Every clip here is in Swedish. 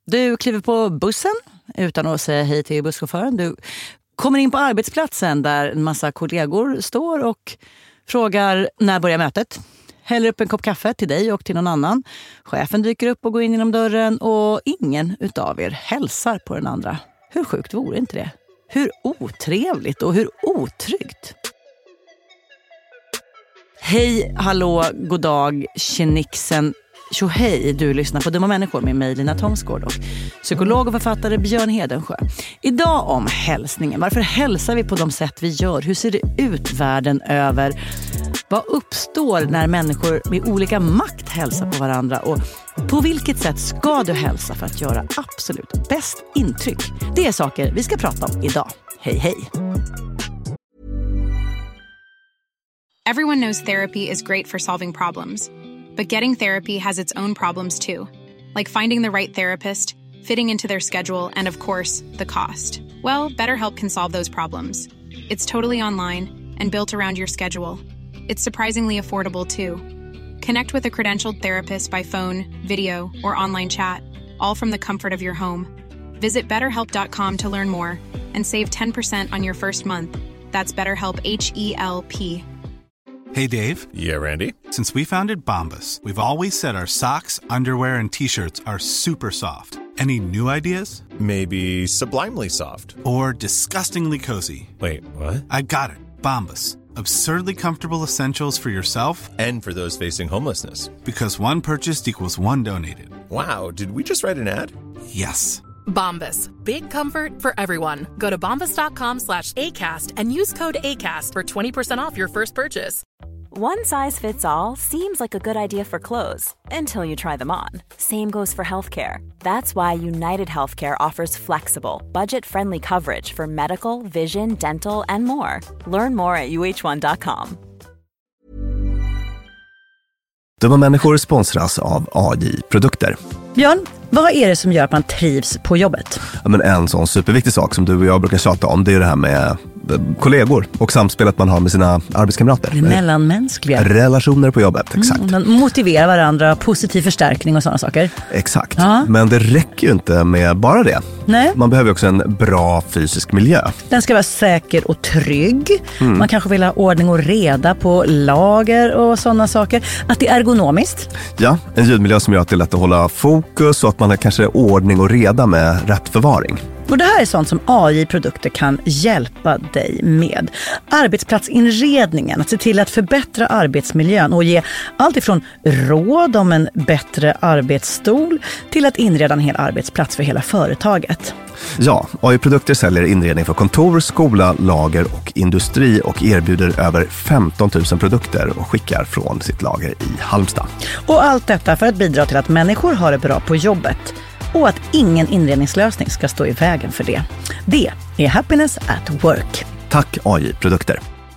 Du kliver på bussen utan att säga hej till busschauffören. Du kommer in på arbetsplatsen där en massa kollegor står och frågar när börjar mötet. Häller upp en kopp kaffe till dig och till någon annan. Chefen dyker upp och går in genom dörren och ingen utav er hälsar på den andra. Hur sjukt vore inte det? Hur otrevligt och hur otryggt. Hej, hallå, god dag, tjenixen. Tjohej, du lyssnar på Dumma människor med mig, Lina Thomsgård, och psykolog och författare Björn Hedensjö. Idag om hälsningen. Varför hälsar vi på de sätt vi gör? Hur ser det ut världen över? Vad uppstår när människor med olika makt hälsar på varandra? Och på vilket sätt ska du hälsa för att göra absolut bäst intryck? Det är saker vi ska prata om idag. Hej, hej! Everyone knows therapy is great for solving problems. But getting therapy has its own problems too. Like finding the right therapist, fitting into their schedule, and of course, the cost. Well, BetterHelp can solve those problems. It's totally online and built around your schedule. It's surprisingly affordable too. Connect with a credentialed therapist by phone, video, or online chat, all from the comfort of your home. Visit BetterHelp.com to learn more and save 10% on your first month. That's BetterHelp, H-E-L-P. Hey, Dave. Yeah, Randy? Since we founded Bombas, we've always said our socks, underwear, and T-shirts are super soft. Any new ideas? Maybe sublimely soft. Or disgustingly cozy. Wait, what? I got it. Bombas. Absurdly comfortable essentials for yourself And for those facing homelessness. Because one purchased equals one donated. Wow, did we just write an ad? Yes. Bombas. Big comfort for everyone. Go to bombas.com/ACAST and use code ACAST for 20% off your first purchase. One size fits all seems like a good idea for clothes until you try them on. Same goes for healthcare. That's why United Healthcare offers flexible, budget-friendly coverage for medical, vision, dental, and more. Learn more at uh1.com. Dumma människor sponsras av AJ-produkter. Björn, vad är det som gör att man trivs på jobbet? Ja, men en sån superviktig sak som du och jag brukar tjata om, det är det här med kollegor och samspelet man har med sina arbetskamrater. Det mellanmänskliga. Relationer på jobbet, exakt. Man motiverar varandra, positiv förstärkning och sådana saker. Exakt, ja. Men det räcker ju inte med bara det. Nej. Man behöver också en bra fysisk miljö. Den ska vara säker och trygg. Man kanske vill ha ordning och reda på lager och sådana saker. Att det är ergonomiskt. Ja, en ljudmiljö som gör att det är lätt att hålla fokus och att man har kanske ordning och reda med rätt förvaring. Och det här är sånt som AI-produkter kan hjälpa dig med. Arbetsplatsinredningen, att se till att förbättra arbetsmiljön och ge allt ifrån råd om en bättre arbetsstol till att inreda en hel arbetsplats för hela företaget. Ja, AI-produkter säljer inredning för kontor, skola, lager och industri och erbjuder över 15 000 produkter och skickar från sitt lager i Halmstad. Och allt detta för att bidra till att människor har det bra på jobbet. Och att ingen inredningslösning ska stå i vägen för det. Det är Happiness at Work. Tack AI-produkter.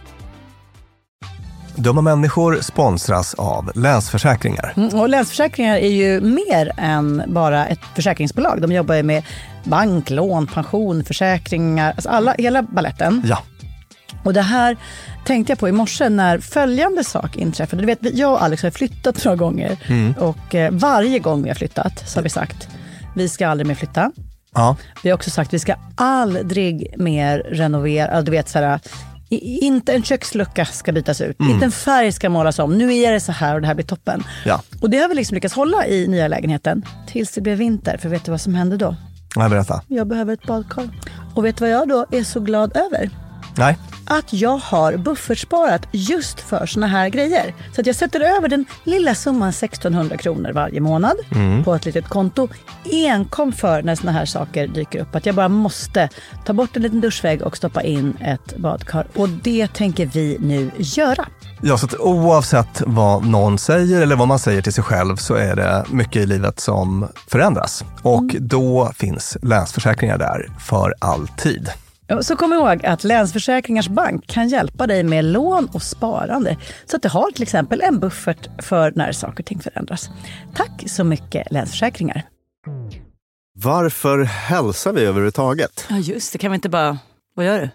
Dumma människor sponsras av Länsförsäkringar. Och Länsförsäkringar är ju mer än bara ett försäkringsbolag. De jobbar ju med bank, lån, pension, försäkringar. Alltså hela balletten. Ja. Och det här tänkte jag på i morse när följande sak inträffade. Du vet, jag och Alex har flyttat några gånger. Och varje gång vi har flyttat så har vi sagt vi ska aldrig mer flytta. Ja. Vi har också sagt vi ska aldrig mer renovera. Du vet såhär, inte en kökslucka ska bytas ut. Inte en färg ska målas om. Nu är det så här och det här blir toppen. Ja. Och det har vi liksom lyckats hålla i nya lägenheten tills det blev vinter. För vet du vad som hände då? Jag berätta. Jag behöver ett badkar. Och vet du vad jag då är så glad över? Nej. Att jag har buffertsparat just för såna här grejer. Så att jag sätter över den lilla summan 1600 kronor varje månad på ett litet konto. Enkom för när såna här saker dyker upp. Att jag bara måste ta bort en liten duschvägg och stoppa in ett badkar. Och det tänker vi nu göra. Ja, så att oavsett vad någon säger eller vad man säger till sig själv så är det mycket i livet som förändras. Och då finns Länsförsäkringar där för alltid. Så kom ihåg att Länsförsäkringars bank kan hjälpa dig med lån och sparande så att du har till exempel en buffert för när saker och ting förändras. Tack så mycket Länsförsäkringar. Varför hälsar vi överhuvudtaget? Ja just det, kan vi inte bara... Vad gör du?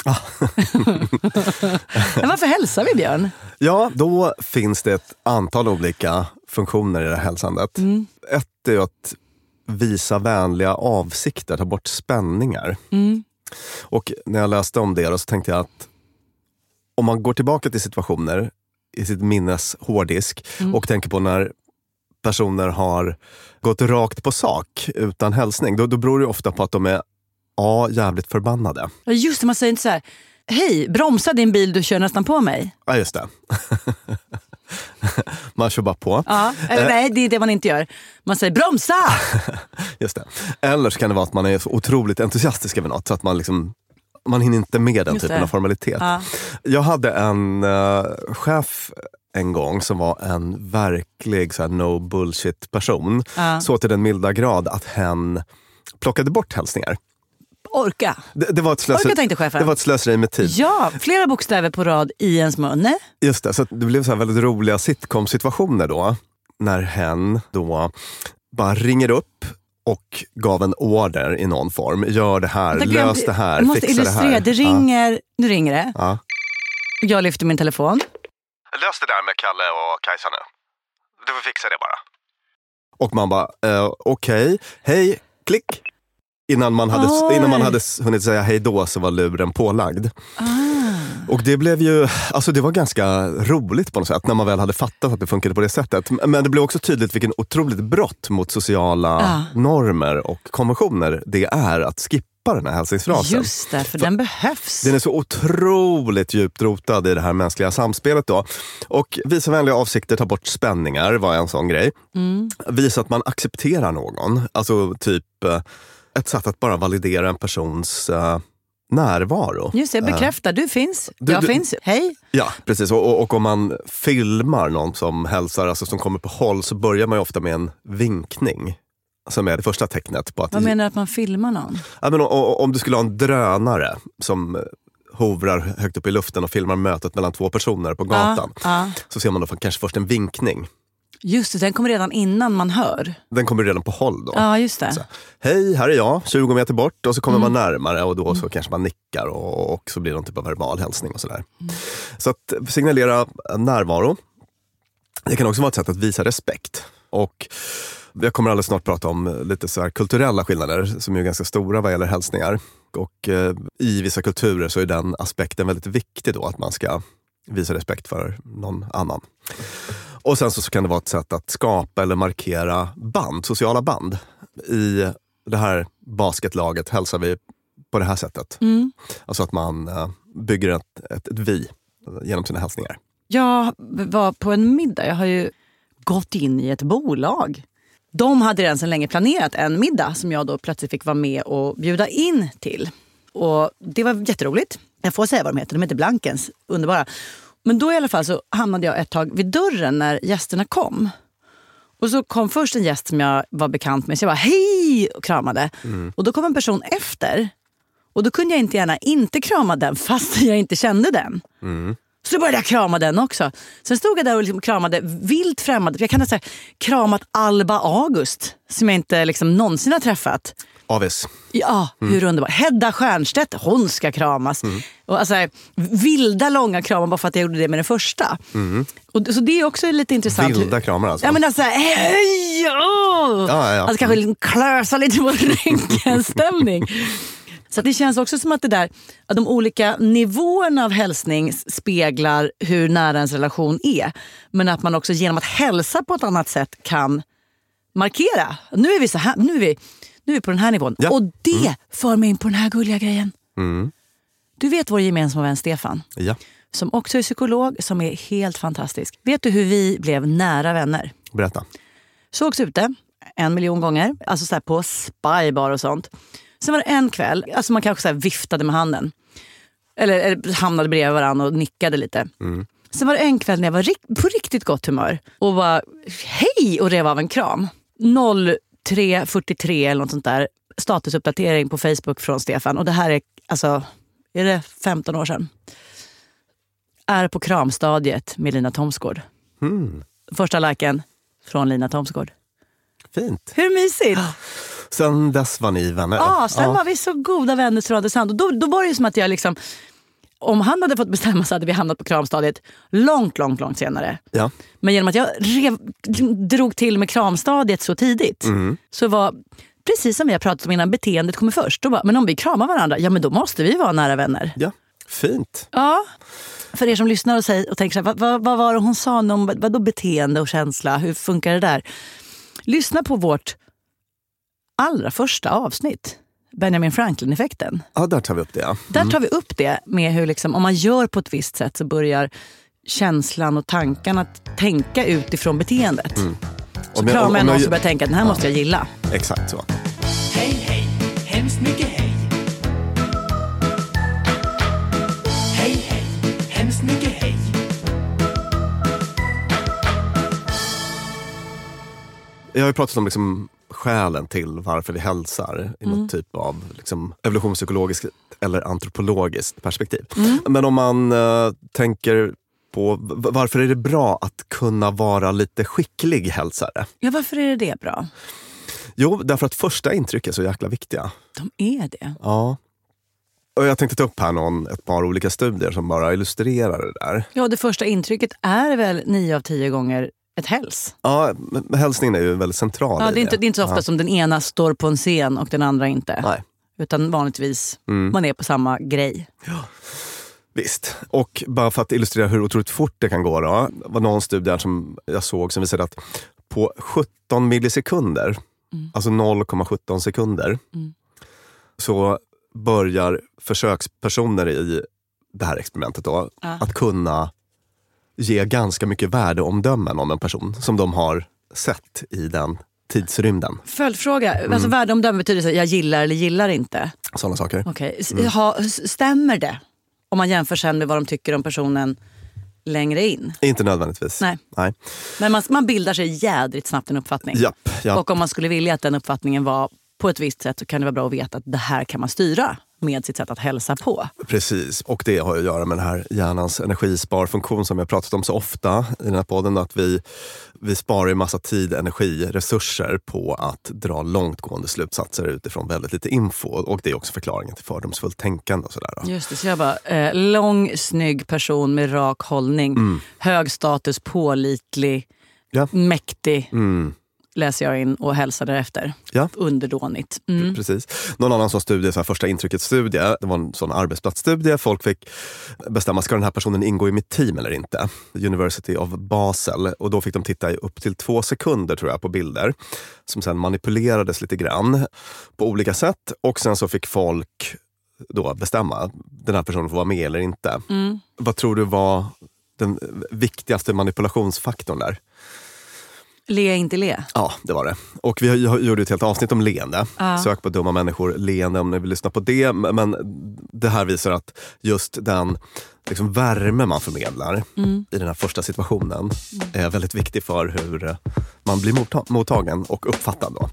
Men varför hälsar vi, Björn? Ja, då finns det ett antal olika funktioner i det här hälsandet. Ett är att visa vänliga avsikter, ta bort spänningar. Och när jag läste om det så tänkte jag att om man går tillbaka till situationer i sitt minnes hårddisk och tänker på när personer har gått rakt på sak utan hälsning, då beror det ofta på att de är jävligt förbannade. Ja, just det, man säger inte så här: hej, bromsa din bil, du kör nästan på mig. Ja, just det. Man kör bara på. Ja, eller nej, det är det man inte gör. Man säger bromsa! Just det. Eller så kan det vara att man är så otroligt entusiastisk över något så att man hinner inte med den typen av formalitet. Ja. Jag hade en chef en gång som var en verklig så här, no bullshit person. Så till den milda grad att hen plockade bort hälsningar. Orka. Det var ett slöseri, tänkte chefen. Det var ett slöseri med tid. Ja, flera bokstäver på rad i ens mun. Just det, så det blev så här väldigt roliga sitcom-situationer då. När hen då bara ringer upp och gav en order i någon form. Gör det här, lös det här, fixa det här. Det ringer, nu ringer det. Ja. Jag lyfter min telefon. Lös det där med Kalle och Kajsa nu. Du får fixa det bara. Och man bara, okej, hej, klick. Innan man hade hunnit säga hej då så var luren pålagd. Och det blev ju, alltså det var ganska roligt på något sätt när man väl hade fattat att det funkade på det sättet. Men det blev också tydligt vilken otroligt brott mot sociala normer och konventioner det är att skippa den här hälsningsfrasen. Just det, för den behövs. Den är så otroligt djupt rotad i det här mänskliga samspelet då. Och visa vänliga avsikter, ta bort spänningar var en sån grej. Visa att man accepterar någon. Alltså typ ett sätt att bara validera en persons närvaro. Just det, bekräfta. Du finns, jag finns. Hej. Ja, precis. Och om man filmar någon som hälsar, alltså som kommer på håll, så börjar man ju ofta med en vinkning. Som är det första tecknet på att... Vad menar du att man filmar någon? Ja, men om du skulle ha en drönare som hovrar högt upp i luften och filmar mötet mellan två personer på gatan. Så ser man då kanske först en vinkning. Just det, den kommer redan innan man hör. Den kommer redan på håll då. Ja, just det. Så, hej, här är jag, 20 meter bort. Och så kommer man närmare och då så kanske man nickar och så blir det någon typ av verbal hälsning och sådär. Så att signalera närvaro. Det kan också vara ett sätt att visa respekt. Och jag kommer alldeles snart prata om lite så här kulturella skillnader som är ganska stora vad gäller hälsningar. Och i vissa kulturer så är den aspekten väldigt viktig då, att man ska visa respekt för någon annan. Och sen så kan det vara ett sätt att skapa eller markera band, sociala band. I det här basketlaget hälsar vi på det här sättet. Alltså att man bygger ett vi genom sina hälsningar. Jag var på en middag, jag har ju gått in i ett bolag. De hade redan sedan länge planerat en middag som jag då plötsligt fick vara med och bjuda in till. Och det var jätteroligt. Jag får säga vad de heter Blankens, underbara. Men då i alla fall så hamnade jag ett tag vid dörren när gästerna kom. Och så kom först en gäst som jag var bekant med. Så jag bara hej och kramade. Och då kom en person efter. Och då kunde jag inte gärna inte krama den fast jag inte kände den. Så då började jag krama den också. Sen stod jag där och liksom kramade vilt främmande. Jag kan ha kramat Alba August som jag inte liksom någonsin har träffat. Avis. Ja, hur underbart. Hedda Stiernstedt, hon ska kramas. Och alltså, vilda långa kramar bara för att jag gjorde det med den första. Och så det är också lite intressant. Vilda kramar alltså? Ja, men alltså, hej! Alltså kanske liksom klösa lite på ränkenställning. Så det känns också som att det där, att de olika nivåerna av hälsning speglar hur nära ens relation är. Men att man också genom att hälsa på ett annat sätt kan markera. Nu är vi så här, nu är vi på den här nivån. Ja. Och det för mig in på den här gulliga grejen. Du vet vår gemensamma vän Stefan. Ja. Som också är psykolog, som är helt fantastisk. Vet du hur vi blev nära vänner? Berätta. Sågs ute 1 miljon gånger. Alltså så här på spybar och sånt. Sen var det en kväll, alltså man kanske så här viftade med handen. Eller hamnade bredvid varandra och nickade lite. Sen var det en kväll när jag var på riktigt gott humör. Och var hej och rev av en kram. 03:43 eller något sånt där. Statusuppdatering på Facebook från Stefan. Och det här är, alltså, är det 15 år sedan? Är på kramstadiet med Lina Thomsgård. Första liken från Lina Thomsgård. Fint. Hur mysigt? Sen dess var ni vänner. Ja, sen var vi så goda vänner så det sant. Och då var det ju som att jag liksom om han hade fått bestämma så hade vi hamnat på kramstadiet långt senare. Ja. Men genom att jag drog till med kramstadiet så tidigt så var, precis som vi har pratat om innan, beteendet kommer först. Då bara, men om vi kramar varandra, ja men då måste vi vara nära vänner. Ja, fint. Ja, för er som lyssnar och tänker så här, vad var det hon sa om vadå beteende och känsla? Hur funkar det där? Lyssna på vårt allra första avsnitt. Benjamin Franklin-effekten. Ja, där tar vi upp det. Ja. Där tar vi upp det med hur liksom, om man gör på ett visst sätt så börjar känslan och tankarna att tänka utifrån beteendet. Så kramar jag någon som börjar tänka att den här måste jag gilla. Exakt så. Hej, hej, hemskt mycket hej. Hej, hej, hemskt mycket hej. Jag har ju pratat om liksom skälen till varför vi hälsar i något typ av liksom evolutionspsykologiskt eller antropologiskt perspektiv. Men om man tänker på varför är det bra att kunna vara lite skicklig hälsare? Ja, varför är det bra? Jo, därför att första intryck är så jäkla viktiga. De är det. Ja. Och jag tänkte ta upp här ett par olika studier som bara illustrerar det där. Ja, det första intrycket är väl 9 av 10 gånger ett häls. Ja, men hälsningen är ju väldigt central. Ja, det är inte så ofta som den ena står på en scen och den andra inte. Nej. Utan vanligtvis man är på samma grej. Ja. Visst. Och bara för att illustrera hur otroligt fort det kan gå då, var någon studie som jag såg som visade att på 17 millisekunder, alltså 0,17 sekunder, så börjar försökspersoner i det här experimentet då att kunna ge ganska mycket värdeomdömen om en person som de har sett i den tidsrymden. Följdfråga, alltså värdeomdömen betyder att jag gillar eller gillar inte? Sådana saker. Okej. Stämmer det? Om man jämför sen med vad de tycker om personen längre in? Inte nödvändigtvis. Nej. Men man bildar sig jädrigt snabbt en uppfattning. Japp. Och om man skulle vilja att den uppfattningen var på ett visst sätt så kan det vara bra att veta att det här kan man styra med sitt sätt att hälsa på. Precis, och det har att göra med den här hjärnans energisparfunktion som jag pratat om så ofta i den här podden, att vi sparar ju massa tid, energi, resurser på att dra långtgående slutsatser utifrån väldigt lite info, och det är också förklaringen till fördomsfullt tänkande och sådär. Just det, så jag bara, lång, snygg person med rak hållning, hög status, pålitlig, mäktig. Läser jag in och hälsar därefter. Ja. Underdånigt. Precis. Någon annan sån studie, så här första intrycket-studie, det var en sån arbetsplatsstudie. Folk fick bestämma, ska den här personen ingå i mitt team eller inte? University of Basel. Och då fick de titta i upp till 2 sekunder tror jag på bilder. Som sen manipulerades lite grann på olika sätt. Och sen så fick folk då bestämma, den här personen får vara med eller inte. Vad tror du var den viktigaste manipulationsfaktorn där? Le inte le. Ja, det var det. Och vi gjorde ett helt avsnitt om leende. Sök på dumma människor, leende om ni vill lyssna på det. Men det här visar att just den liksom värme man förmedlar i den här första situationen är väldigt viktig för hur man blir mottagen och uppfattad då.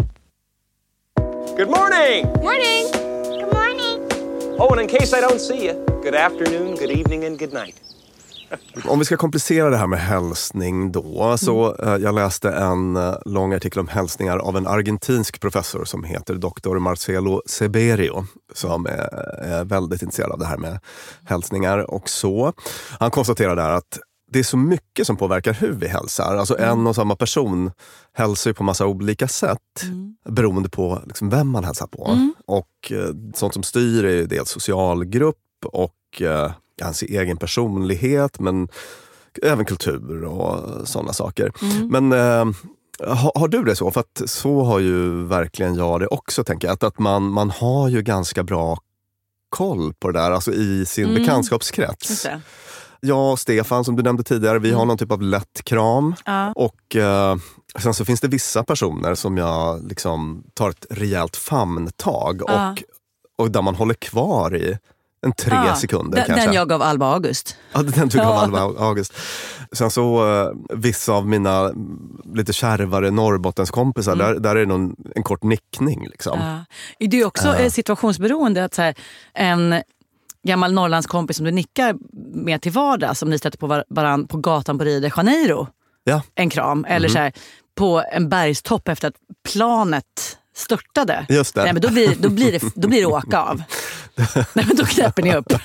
Good morning! Morning! Good morning! Oh, and in case I don't see you, good afternoon, good evening and good night. Om vi ska komplicera det här med hälsning då, så jag läste en lång artikel om hälsningar av en argentinsk professor som heter Dr. Marcelo Seberio, som är väldigt intresserad av det här med hälsningar och så. Han konstaterar där att det är så mycket som påverkar hur vi hälsar. Alltså en och samma person hälsar ju på massa olika sätt beroende på liksom vem man hälsar på. Och sånt som styr är ju dels socialgrupp och hans egen personlighet, men även kultur och sådana saker. Men har du det så? För att så har ju verkligen jag det också, tänker jag. Att man har ju ganska bra koll på det där, alltså i sin bekantskapskrets. Jag och Stefan, som du nämnde tidigare, vi har någon typ av lätt kram. Och sen så finns det vissa personer som jag liksom tar ett rejält famntag och där man håller kvar i en 3 sekunder kanske. Den jag gav Alba August. Ja, den du gav Alba August. Sen så vissa av mina lite kärvare Norrbottenskompisar, där är det en kort nickning liksom. Det är också situationsberoende att så här, en gammal Norrlandskompis som du nickar med till vardag, som ni stöter på varann på gatan på Rio de Janeiro. En kram. Eller så här, på en bergstopp efter att planet störtade. Just det. Nej, men då blir det åka av. Nej, men då knäpper ni upp.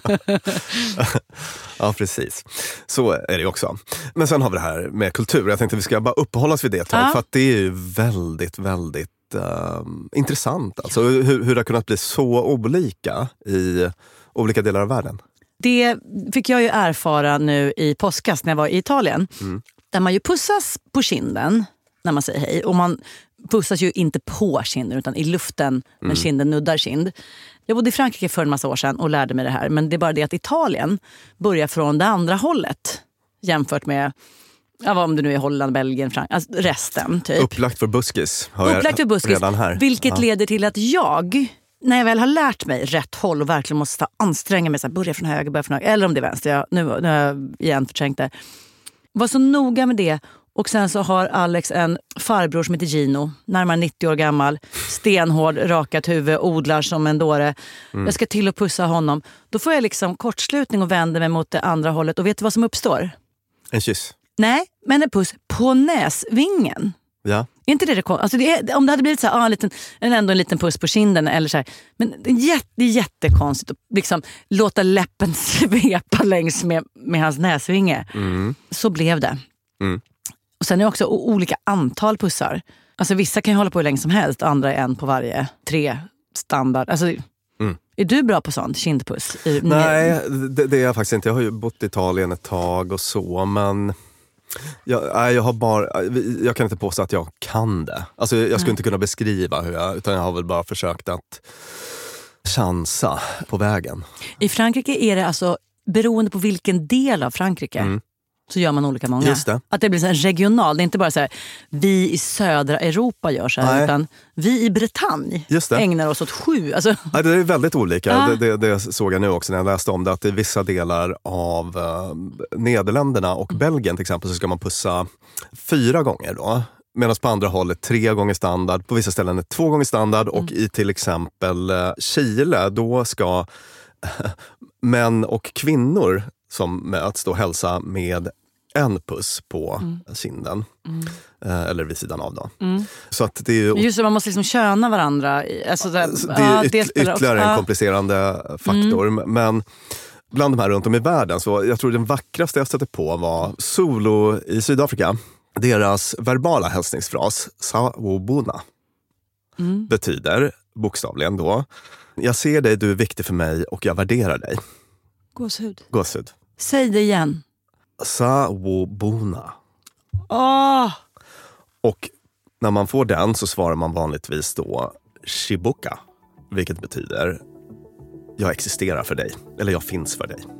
Ja, precis. Så är det ju också. Men sen har vi det här med kultur. Jag tänkte att vi ska bara uppehålla oss vid det ett tag. För att det är ju väldigt, väldigt intressant. Alltså hur det har kunnat bli så olika i olika delar av världen. Det fick jag ju erfara nu i påskas när jag var i Italien. Där man ju pussas på kinden när man säger hej. Och man pussas ju inte på kinden utan i luften när kinden nuddar kind. Jag bodde i Frankrike för en massa år sedan och lärde mig det här. Men det är bara det att Italien börjar från det andra hållet. Jämfört med, om det nu är Holland, Belgien, Frankrike, alltså resten typ. Upplagt för buskis. Upplagt för buskis, redan här. Vilket leder till att jag, när jag väl har lärt mig rätt håll och verkligen måste anstränga mig, så här, börja från höger, eller om det är vänster, nu har jag igen förträngt det. Var så noga med det. Och sen så har Alex en farbror som heter Gino, närmare 90 år gammal, stenhård, rakat huvud, odlar som en dåre. Jag ska till och pussa honom. Då får jag liksom kortslutning och vänder mig mot det andra hållet. Och vet du vad som uppstår? En kyss. Nej, men en puss på näsvingen. Ja. Är inte det alltså om det hade blivit så här, ändå en liten puss på kinden eller så här, men det är jättekonstigt att liksom låta läppen svepa längs med hans näsvinge. Så blev det. Och sen är det också olika antal pussar. Alltså vissa kan ju hålla på hur länge som helst, andra är en på varje 3 standard. Alltså är du bra på sånt, kindpuss? Nej, det är jag faktiskt inte. Jag har ju bott i Italien ett tag och så, men jag kan inte påstå att jag kan det. Alltså jag skulle inte kunna beskriva utan jag har väl bara försökt att chansa på vägen. I Frankrike är det alltså, beroende på vilken del av Frankrike så gör man olika många. Just det. Att det blir så här regional. Det är inte bara så här, vi i södra Europa gör så här, utan vi i Bretagne ägnar oss åt 7. Alltså. Nej, det är väldigt olika. Det såg jag nu också när jag läste om det. Att i vissa delar av Nederländerna och Belgien till exempel så ska man pussa 4 gånger då. Medan på andra hållet 3 gånger standard. På vissa ställen är 2 gånger standard. Och i till exempel Chile då ska män och kvinnor som möts då hälsa med en puss på kinden. Eller vid sidan av då. Så att det är ju... Just det, man måste liksom köna varandra. Alltså det är ytterligare en komplicerande faktor. Men bland de här runt om i världen så jag tror den vackraste jag stötte på var Zulu i Sydafrika. Deras verbala hälsningsfras Sawubona betyder bokstavligen då: jag ser dig, du är viktig för mig och jag värderar dig. Gåshud. Säg det igen. Sawubona. Och när man får den så svarar man vanligtvis då Shibuka, vilket betyder jag existerar för dig, eller jag finns för dig.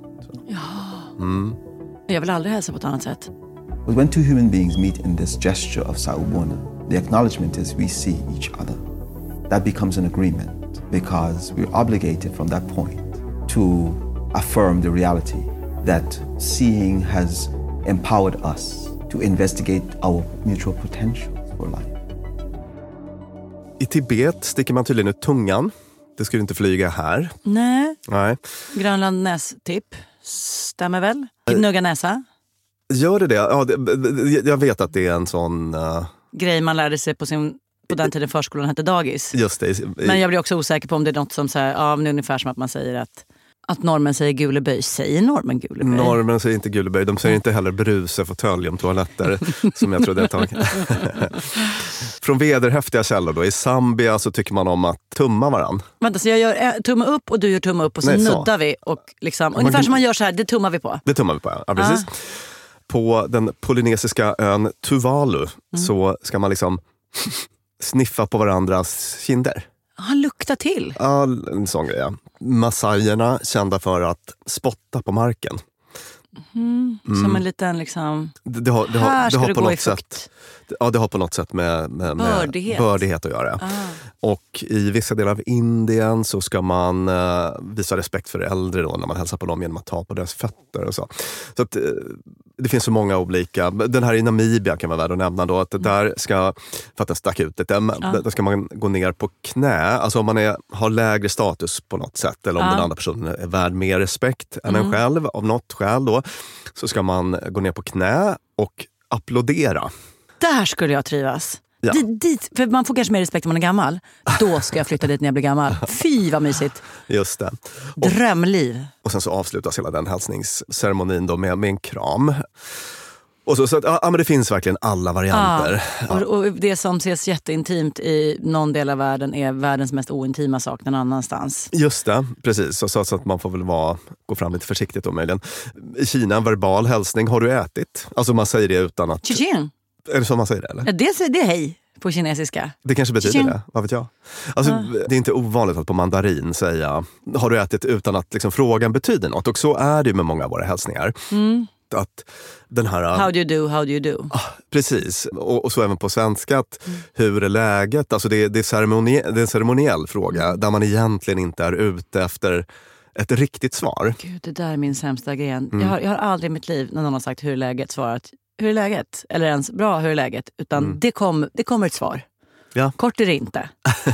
Jag vill aldrig hälsa på ett annat sätt. But when two human beings meet in this gesture of Sawubona, the acknowledgement is we see each other. That becomes an agreement because we're obligated from that point to affirm the reality that seeing has empowered us to investigate our mutual potentials for life. I Tibet sticker man tydligen ut tungan. Det skulle inte flyga här. Nej. Grönland nästipp. Stämmer väl? Gnugga näsa. Gör det? Ja, jag vet att det är en sån... grej man lärde sig på den tiden förskolan hette dagis. Just det. Men jag blir också osäker på om det är något som så här, det är ungefär som att man säger att normen säger guleböj. Säger normen guleböj? Normen säger inte guleböj. De säger inte heller bruse, fåtölj om toaletter som jag trodde ett tag. Från vederhäftiga källor då. I Zambia så tycker man om att tumma varann. Vänta, så jag gör tumme upp och du gör tumme upp och så nuddar vi. Och liksom, ungefär som man gör så här, det tummar vi på. Det tummar vi på, ja precis. På den polynesiska ön Tuvalu så ska man liksom sniffa på varandras kinder. Han luktar till. Ja, en sån grej. Ja. Massajerna kända för att spotta på marken. Som en liten liksom... Det har på något sätt. Ja, det har på något sätt med bördighet att göra. Och i vissa delar av Indien så ska man visa respekt för äldre då när man hälsar på dem genom att ta på deras fötter och så. Så att det finns så många olika. Den här i Namibia kan man väl nämna då att där ska, för att den stack ut lite, där ska man gå ner på knä. Alltså om man har lägre status på något sätt eller om den andra personen är värd mer respekt än en själv av något skäl då, så ska man gå ner på knä och applådera. Där skulle jag trivas. Ja. Dit, för man får kanske mer respekt när man är gammal. Då ska jag flytta dit när jag blir gammal. Fy vad mysigt. Just det. Drömliv. Och sen så avslutas hela den hälsningsceremonin då med en kram. Och så att, men det finns verkligen alla varianter. Och det som ses jätteintimt i någon del av världen är världens mest ointima sak någon annanstans. Just det, precis. Så att man får väl gå fram lite försiktigt då möjligen. I Kina, en verbal hälsning, har du ätit? Alltså man säger det utan att... Chiching. Är det så man säger det eller? Ja, det är hej på kinesiska. Det kanske betyder Chiching. det, vad vet jag. Alltså, det är inte ovanligt att på mandarin säga har du ätit utan att liksom, frågan betyder något. Och så är det ju med många av våra hälsningar. Att den här... How do you do? Precis, och så även på svenska att hur är läget? Alltså det är en ceremoniell fråga där man egentligen inte är ute efter ett riktigt svar. Gud, det där är min sämsta gren. Jag har aldrig i mitt liv när någon har sagt hur är läget svarat hur är läget? Eller ens bra hur är läget? Utan det kommer ett svar. Ja. Kort är det inte.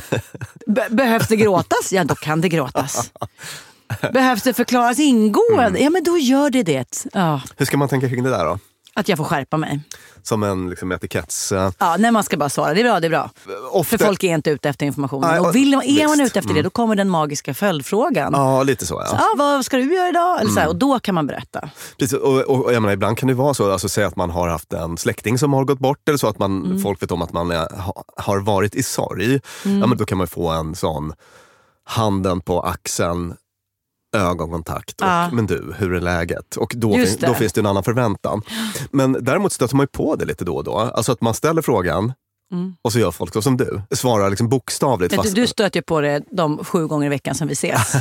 Behövs det gråtas? Ja, då kan det gråtas. Behövs det förklaras ingående? Ja, men då gör det. Ja. Hur ska man tänka kring det där då? Att jag får skärpa mig. Som en liksom, etiketts... Ja, när man ska bara svara. Det är bra. Ofta... För folk är inte ute efter informationen. Och är man ute efter det, då kommer den magiska följdfrågan. Ja, lite så, ja. Så, vad ska du göra idag? Eller så här, och då kan man berätta. Precis, och jag menar, ibland kan det vara så, alltså säga att man har haft en släkting som har gått bort, eller så att folk vet om att man har varit i sorg. Ja, men då kan man få en sån handen på axeln, ögonkontakt och, men du, hur är läget? Och då finns det en annan förväntan. Men däremot stöter man ju på det lite då och då. Alltså att man ställer frågan och så gör folk så som du. Svarar liksom bokstavligt. Men du stöter ju på det de 7 gånger i veckan som vi ses.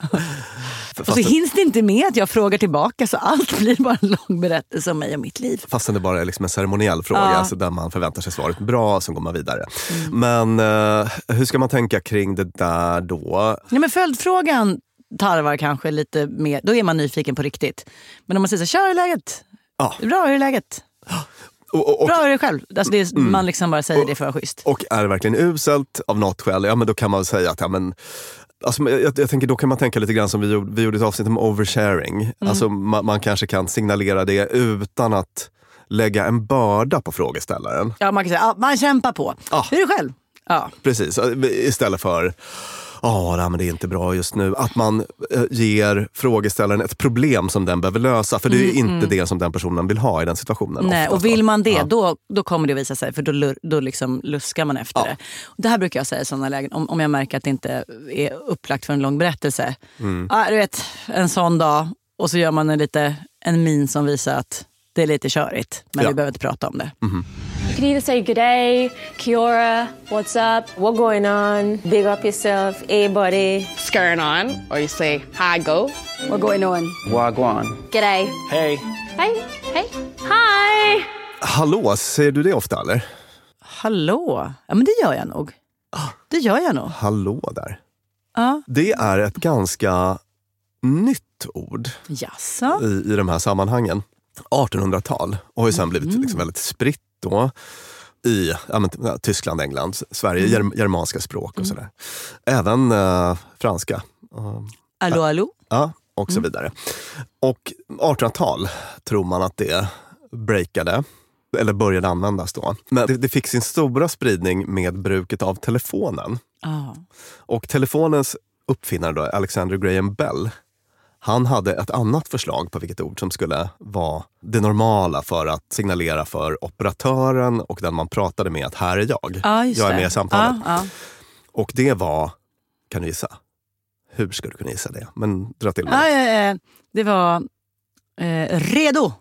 Och så hinns det inte med att jag frågar tillbaka, så allt blir bara en lång berättelse om mig och mitt liv. Fastän det bara är liksom en ceremoniell fråga, alltså där man förväntar sig svaret bra, så går man vidare. Men hur ska man tänka kring det där då? Ja, men följdfrågan tarvar kanske lite mer, då är man nyfiken på riktigt. Men om man säger så, hur är läget? Bra, hur är läget? Bra, hur är det själv? Alltså det är, man liksom bara säger det för att vara schysst. Och är det verkligen uselt av något skäl, ja men då kan man säga att alltså, jag tänker, då kan man tänka lite grann som vi gjorde ett avsnitt om oversharing. Alltså man kanske kan signalera det utan att lägga en börda på frågeställaren. Ja, man kan säga, man kämpar på. Hur är det själv? Ja. Precis, istället för men det är inte bra just nu. Att man ger frågeställaren ett problem som den behöver lösa. För det är inte det som den personen vill ha i den situationen. Nej, och vill man det, då kommer det att visa sig. För då liksom luskar man efter det. Och det här brukar jag säga i sådana lägen. Om jag märker att det inte är upplagt för en lång berättelse. Du vet, en sån dag. Och så gör man en min som visar att det är lite körigt. Men vi behöver inte prata om det. You can either say good day, Kiora, what's up, what going on, big up yourself, hey buddy, what's going on, or you say hi go, what going on, wagwan, g'day, hey, hey, hey, hi. Hallå, säger du det ofta eller? Hallå? Ja, men det gör jag nog. Det gör jag nog. Hallå där. Det är ett ganska nytt ord. Jaså? I de här sammanhangen. 1800-tal och har ju sen blivit liksom väldigt spritt då i Tyskland, England, Sverige, germanska språk och sådär. Även franska. Allô? Ja, och så vidare. Och 1800-tal tror man att det breakade, eller började användas då. Men det fick sin stora spridning med bruket av telefonen. Och telefonens uppfinnare då, Alexander Graham Bell, han hade ett annat förslag på vilket ord som skulle vara det normala för att signalera för operatören och den man pratade med att här är jag. Jag är med i samtalet. Och det var, kan du gissa? Hur ska du kunna gissa det? Men dra till med det var redo.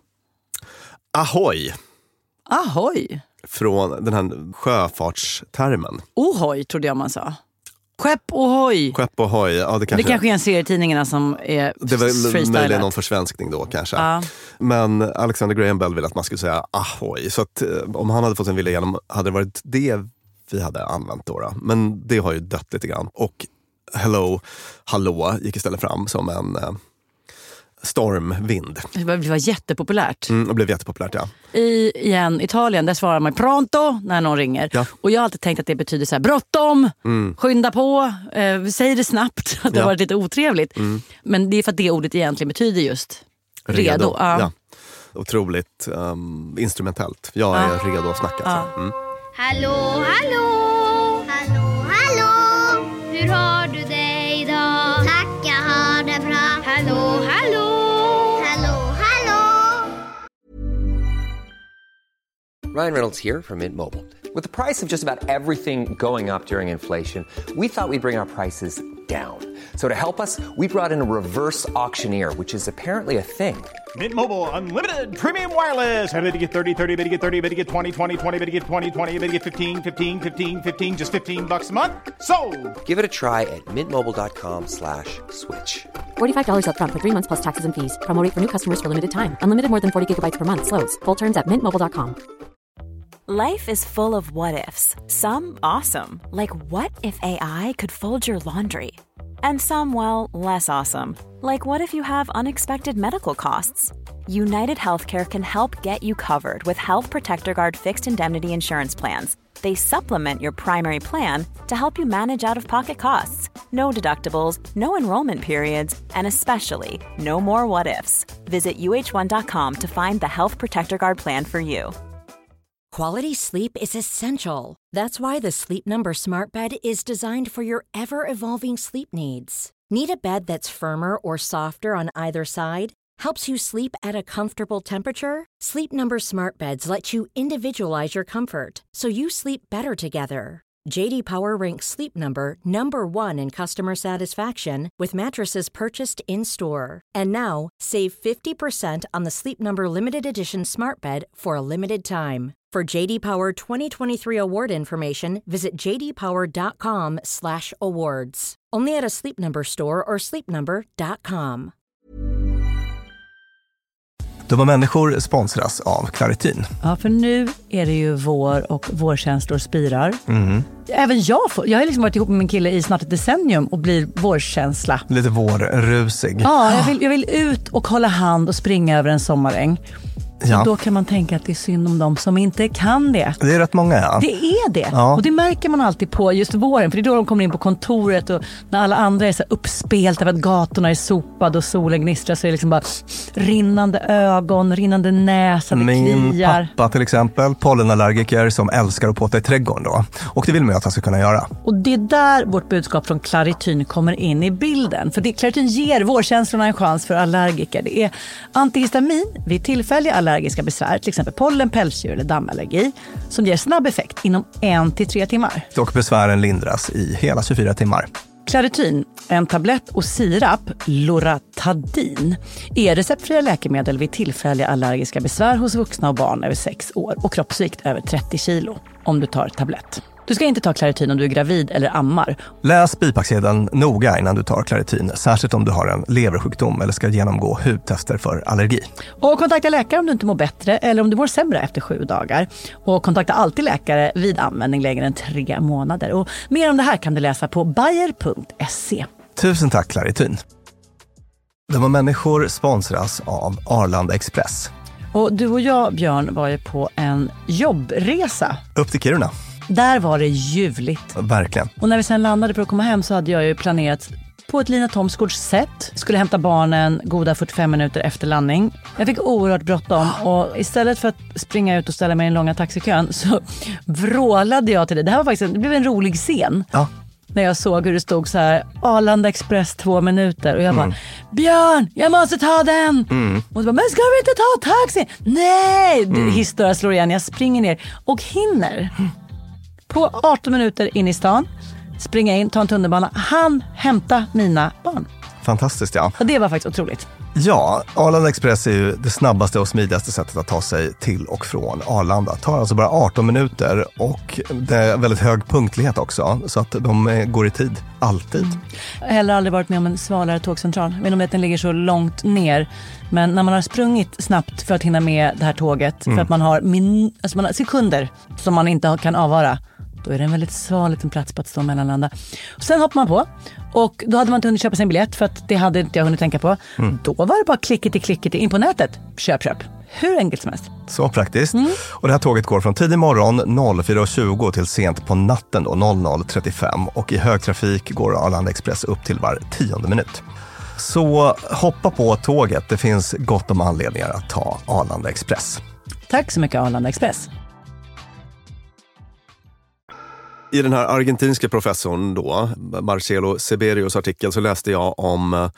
Ahoy. Ahoy. Från den här sjöfartstermen. Ohoj trodde jag man sa. Skepp ohoj. Skepp ohoj, ja det kanske är en serietidningarna som är det var möjligen någon försvenskning då kanske. Men Alexander Graham Bell ville att man skulle säga ahoy. Så att om han hade fått en vilja igenom hade det varit det vi hade använt då. Men det har ju dött lite grann. Och hallå gick istället fram som en stormvind. Det var jättepopulärt. Det blev jättepopulärt, ja. I Italien, där svarar man pronto när någon ringer. Ja. Och jag har alltid tänkt att det betyder så här, bråttom, skynda på, säg det snabbt. Att det har varit lite otrevligt. Men det är för att det ordet egentligen betyder just redo. Ja. Otroligt instrumentellt. Jag är redo att snacka. Hallå, hallå! Hallå, hallå! Hur har du det idag? Tack, jag har det bra. Hallå, hallå! Hallå, hallå! Ryan Reynolds here from Mint Mobile. With the price of just about everything going up during inflation, we thought we'd bring our prices down. So to help us, we brought in a reverse auctioneer, which is apparently a thing. Mint Mobile Unlimited Premium Wireless. How to get 30, 30, bit to get 30, bit to get 20, 20, 20, bit to get 20, 20, bit to get 15, 15, 15, 15, just $15 a month? Sold! Give it a try at mintmobile.com/switch. $45 up front for 3 months plus taxes and fees. Promo rate for new customers for limited time. Unlimited more than 40 gigabytes per month. Slows full terms at mintmobile.com. Life is full of what-ifs. Some awesome, like what if AI could fold your laundry? And some, well, less awesome, like what if you have unexpected medical costs? United Healthcare can help get you covered with Health Protector Guard fixed indemnity insurance plans. They supplement your primary plan to help you manage out-of-pocket costs. No deductibles, no enrollment periods, and especially no more what-ifs. Visit uh1.com to find the Health Protector Guard plan for you. Quality sleep is essential. That's why the Sleep Number Smart Bed is designed for your ever-evolving sleep needs. Need a bed that's firmer or softer on either side? Helps you sleep at a comfortable temperature? Sleep Number Smart Beds let you individualize your comfort, so you sleep better together. J.D. Power ranks Sleep Number #1 in customer satisfaction with mattresses purchased in-store. And now, save 50% on the Sleep Number Limited Edition Smart Bed for a limited time. For JD Power 2023 award information, visit jdpower.com/awards. Only at a Sleep Number store or sleepnumber.com. Dumma människor sponsras av Claritin. Ja, för nu är det ju vår och vårkänslor spirar. Även jag har liksom varit ihop med min kille i snart ett decennium och blir vårkänsla. Lite vårrusig. Ja, jag vill ut och hålla hand och springa över en sommaräng. Ja. Då kan man tänka att det är synd om dem som inte kan det. Det är rätt många, ja. Det är det. Ja. Och det märker man alltid på just våren. För det är då de kommer in på kontoret och när alla andra är så uppspelta för att gatorna är sopade och solen gnistrar, så är det liksom bara rinnande ögon, rinnande näsa, det Min kliar. pappa till exempel, pollenallergiker som älskar att påta i trädgården då. Och det vill man ju att han ska kunna göra. Och det är där vårt budskap från Claritin kommer in i bilden. För Claritin ger vårkänslorna en chans för allergiker. Det är antihistamin vid tillfälliga allergiska besvär, till exempel pollen, pälsdjur eller dammallergi, som ger snabb effekt inom 1 till 3 timmar. Och besvären lindras i hela 24 timmar. Claritin, en tablett och sirap, Loratadin, är receptfria läkemedel vid tillfälliga allergiska besvär hos vuxna och barn över 6 år och kroppsvikt över 30 kilo om du tar tablett. Du ska inte ta Claritin om du är gravid eller ammar. Läs bipacksedeln noga innan du tar Claritin, särskilt om du har en leversjukdom eller ska genomgå hudtester för allergi. Och kontakta läkare om du inte mår bättre eller om du mår sämre efter 7 dagar. Och kontakta alltid läkare vid användning längre än 3 månader. Och mer om det här kan du läsa på bayer.se. Tusen tack Claritin. De människor sponsras av Arlanda Express. Och du och jag, Björn, var ju på en jobbresa. Upp till Kiruna. Där var det ljuvligt. Verkligen. Och när vi sen landade för att komma hem så hade jag ju planerat på ett Lina Thomsgårds sätt. Skulle hämta barnen goda 45 minuter efter landning. Jag fick oerhört bråttom och istället för att springa ut och ställa mig i en långa taxikön så vrålade jag till det. Det här var faktiskt, det blev en rolig scen. Ja. När jag såg hur det stod så här, Arlanda Express 2 minuter. Och jag bara, Björn, jag måste ta den. Och så bara, men ska vi inte ta taxi? Nej, historia slår igen. Jag springer ner och hinner på 18 minuter in i stan, springa in, ta en tunnelbana, hämta mina barn. Fantastiskt, ja. Och det var faktiskt otroligt. Ja, Arlanda Express är ju det snabbaste och smidigaste sättet att ta sig till och från Arlanda. Det tar alltså bara 18 minuter och det är väldigt hög punktlighet också. Så att de går i tid, alltid. Jag har heller aldrig varit med om en svalare tågcentral. Jag vet inte att den ligger så långt ner. Men när man har sprungit snabbt för att hinna med det här tåget, för att man har, man har sekunder som man inte kan avvara, då är det en väldigt sval liten plats på att stå mellanlanda. Och sen hoppar man på. Och då hade man inte hunnit köpa sin biljett för att det hade inte jag hunnit tänka på. Då var det bara klicket in på nätet. Köp. Hur enkelt som helst. Så praktiskt. Och det här tåget går från tidig morgon 04.20 till sent på natten då 00.35. Och i högtrafik går Arlanda Express upp till var 10:e minut. Så hoppa på tåget. Det finns gott om anledningar att ta Arlanda Express. Tack så mycket Arlanda Express. I den här argentinska professorn då, Marcelo Seberios artikel, så läste jag om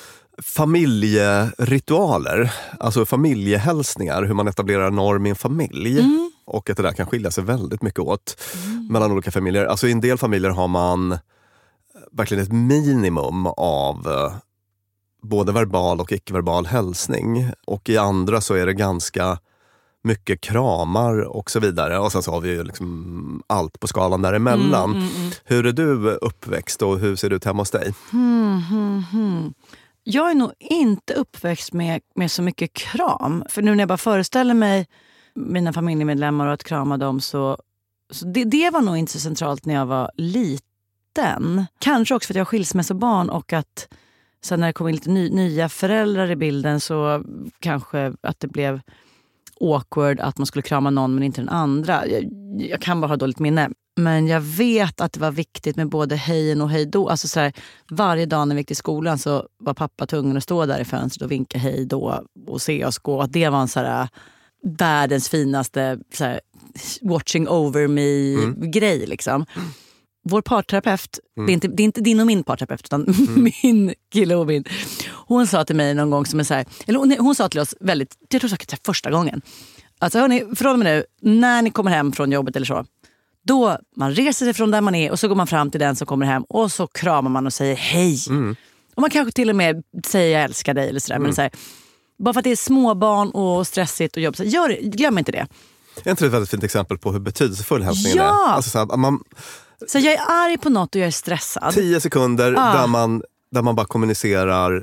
familjeritualer, alltså familjehälsningar, hur man etablerar norm i en familj. Och att det där kan skilja sig väldigt mycket åt mellan olika familjer. Alltså i en del familjer har man verkligen ett minimum av både verbal och icke-verbal hälsning. Och i andra så är det ganska mycket kramar och så vidare. Och sen så har vi ju liksom allt på skalan däremellan. Hur är du uppväxt och hur ser det ut hemma hos dig? Jag är nog inte uppväxt med så mycket kram. För nu när jag bara föreställer mig mina familjemedlemmar och att krama dem så det var nog inte så centralt när jag var liten. Kanske också för att jag var skilsmässobarn och att sen när det kom in lite nya föräldrar i bilden så kanske att det blev awkward att man skulle krama någon men inte den andra. Jag kan bara ha dåligt minne. Men jag vet att det var viktigt med både hejen och hejdå. Alltså så här, varje dag när vi gick till skolan så var pappa tvungen att stå där i fönstret och vinka hejdå och se oss gå. Att det var en så här världens finaste så här, watching over me-grej liksom. Vår parterapeut, det är inte din och min parterapeut utan min kille och min. Hon sa till mig någon gång som är så här, eller hon sa till oss väldigt, jag tror säkert första gången. Alltså hörni, från mig nu, när ni kommer hem från jobbet eller så, då man reser sig från där man är och så går man fram till den som kommer hem och så kramar man och säger hej. Och man kanske till och med säger jag älskar dig eller sådär. Men så här, bara för att det är småbarn och stressigt och jobb, så glöm inte det. Är inte det ett väldigt fint exempel på hur betydelsefull hälsningen är? Alltså så här, så jag är arg på något och jag är stressad. 10 sekunder där man bara kommunicerar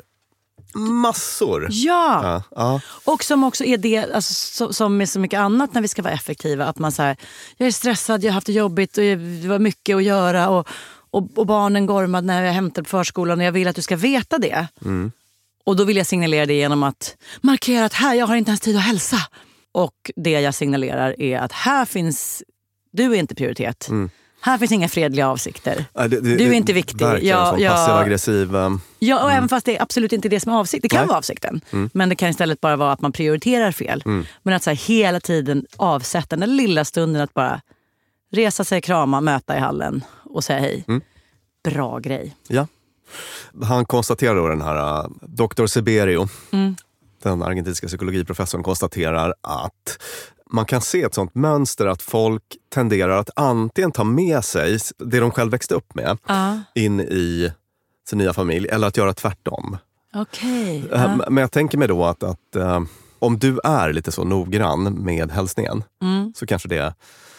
massor. Ja. Och som också är det, alltså, som med så mycket annat när vi ska vara effektiva, att man säger jag är stressad, jag har haft det jobbigt och det var mycket att göra och barnen gormade när jag hämtade på förskolan och jag vill att du ska veta det. Och då vill jag signalera det genom att markera att här, jag har inte ens tid att hälsa. Och det jag signalerar är att här finns, du är inte prioritet. Här finns inga fredliga avsikter. Du är inte viktig. Passiv-aggressiv. Ja, och även fast det är absolut inte det som är avsikt. Det kan vara avsikten. Men det kan istället bara vara att man prioriterar fel. Men att så här, hela tiden avsätta den lilla stunden att bara resa sig, krama, möta i hallen och säga hej. Bra grej. Ja. Han konstaterar då, den här Dr. Seberio, den argentinska psykologiprofessorn, konstaterar att man kan se ett sånt mönster att folk tenderar att antingen ta med sig det de själv växte upp med in i sin nya familj eller att göra tvärtom. Okej. Men jag tänker mig då att om du är lite så noggrann med hälsningen så kanske det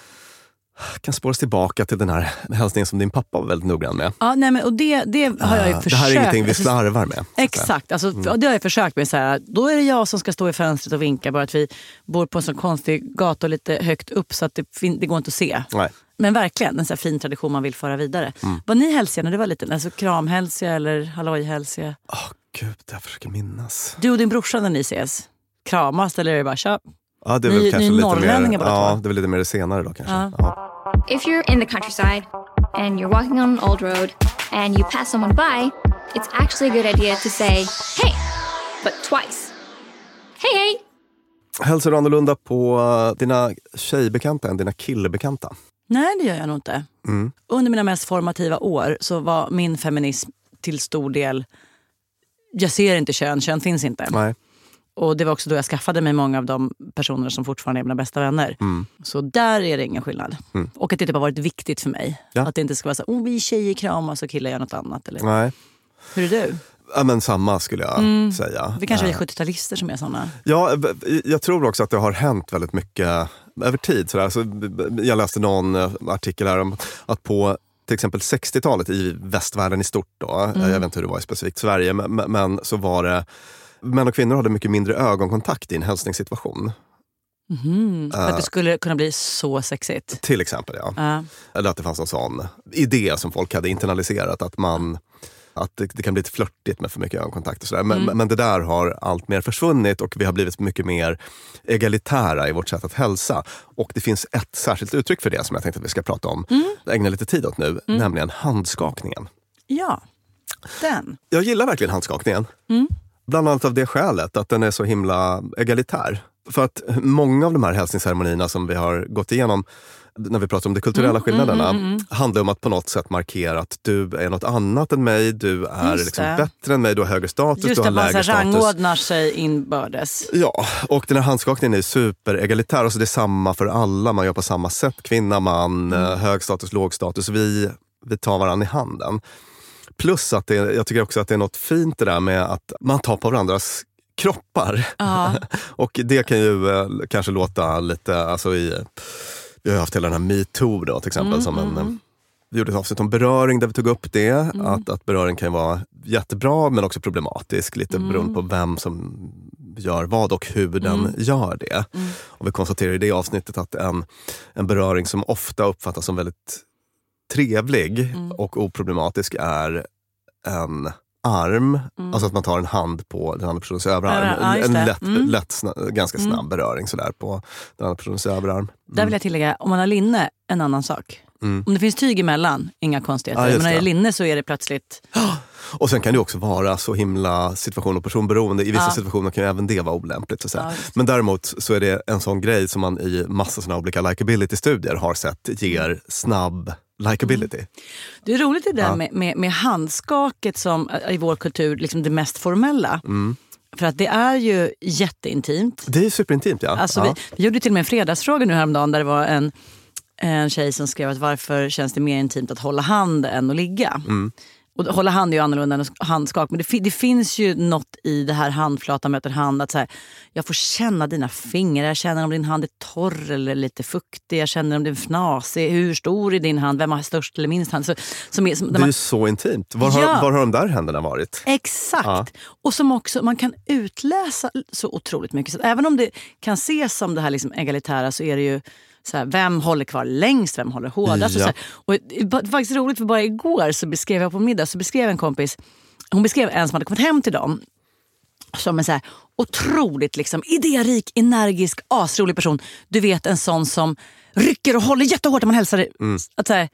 kan spåras tillbaka till den här hälsningen som din pappa var väldigt noggrann med. Ja, nej, men och det har jag ju försökt. Det här är ingenting vi slarvar med. Exakt, alltså, det har jag försökt med. Så här, då är det jag som ska stå i fönstret och vinka, bara att vi bor på en sån konstig gata lite högt upp så att det går inte att se. Nej. Men verkligen, en sån här fin tradition man vill föra vidare. Var ni hälsiga när du var liten? Alltså kramhälsiga eller hallojhälsiga? Gud, jag försöker minnas. Du och din brorsa när ni ses, kramas eller är det bara köp? Ja, det är väl kanske lite mer. Ja, det är väl lite mer det senare då kanske. If you're in the countryside and you're walking on an old road and you pass someone by, it's actually a good idea to say hey, but twice. Hej, hej! Hälsar du annorlunda på dina tjejbekanta än dina killbekanta? Nej, det gör jag nog inte. Under mina mest formativa år så var min feminism till stor del, jag ser inte kön finns inte. Nej. Och det var också då jag skaffade mig många av de personer som fortfarande är mina bästa vänner. Så där är det ingen skillnad. Och att det typ har varit viktigt för mig. Att det inte ska vara så vi tjejer kramas och killar gör något annat. Eller? Nej. Hur är du? Ja, men samma skulle jag säga. Det kanske är 70-talister som är såna. Ja, jag tror också att det har hänt väldigt mycket över tid. Sådär. Så jag läste någon artikel här om att på till exempel 60-talet i västvärlden i stort då, jag vet inte hur det var i specifikt Sverige, men så var det män och kvinnor hade mycket mindre ögonkontakt i en hälsningssituation. För att det skulle kunna bli så sexigt. Till exempel, ja. Eller att det fanns en sån idé som folk hade internaliserat att det kan bli lite flörtigt med för mycket ögonkontakt och sådär. Men det där har allt mer försvunnit och vi har blivit mycket mer egalitära i vårt sätt att hälsa. Och det finns ett särskilt uttryck för det som jag tänkte att vi ska prata om. Ägna lite tid åt nu, nämligen handskakningen. Ja, den. Jag gillar verkligen handskakningen. Bland annat av det skälet att den är så himla egalitär. För att många av de här hälsningsceremonierna som vi har gått igenom när vi pratar om de kulturella skillnaderna handlar om att på något sätt markera att du är något annat än mig, du är liksom bättre än mig, du har högre status, just du har lägre status. Just det, man rangordnar sig inbördes. Ja, och den här handskakningen är superegalitär, alltså det är samma för alla, man gör på samma sätt, kvinna, man, hög status, låg status, vi tar varandra i handen. Plus att jag tycker också att det är något fint det där med att man tar på varandras kroppar. Och det kan ju kanske låta lite, alltså vi har haft hela den här MeToo då till exempel vi gjorde ett avsnitt om beröring där vi tog upp det, att beröring kan vara jättebra men också problematisk, lite beroende på vem som gör vad och hur den gör det. Och vi konstaterar i det avsnittet att en beröring som ofta uppfattas som väldigt trevlig och oproblematisk är en arm, alltså att man tar en hand på den andra personens överarm. Ganska snabb beröring sådär på den andra personens överarm. Där vill jag tillägga, om man har linne, en annan sak. Om det finns tyg emellan, inga konstigheter. Men när det är linne så är det plötsligt... Och sen kan det också vara så himla situation- och personberoende. I vissa situationer kan ju även det vara olämpligt. Så men däremot så är det en sån grej som man i massa såna olika likability-studier har sett ger snabb likability. Det är roligt det där med handskaket som i vår kultur liksom det mest formella. För att det är ju jätteintimt. Det är superintimt, ja. Alltså vi gjorde till och med en fredagsfråga nu häromdagen där det var en tjej som skrev att varför känns det mer intimt att hålla hand än att ligga? Och hålla hand är ju annorlunda än handskak. Men det finns ju något i det här handflatan möter hand. Att så här, jag får känna dina fingrar. Jag känner om din hand är torr eller lite fuktig. Jag känner om den är fnasig. Hur stor är din hand? Vem har störst eller minst hand? Det är ju så intimt. Var har de där händerna varit? Exakt. Och som också man kan utläsa så otroligt mycket. Så även om det kan ses som det här liksom egalitära så är det ju... Så här, vem håller kvar längst, vem håller hårdast? Ja. Och det var faktiskt roligt för bara igår så beskrev jag på middag, så beskrev en kompis, hon beskrev en som hade kommit hem till dem som en så här otroligt liksom idérik, energisk, asrolig person. Du vet, en sån som rycker och håller jättehårt när man hälsar. Att så här,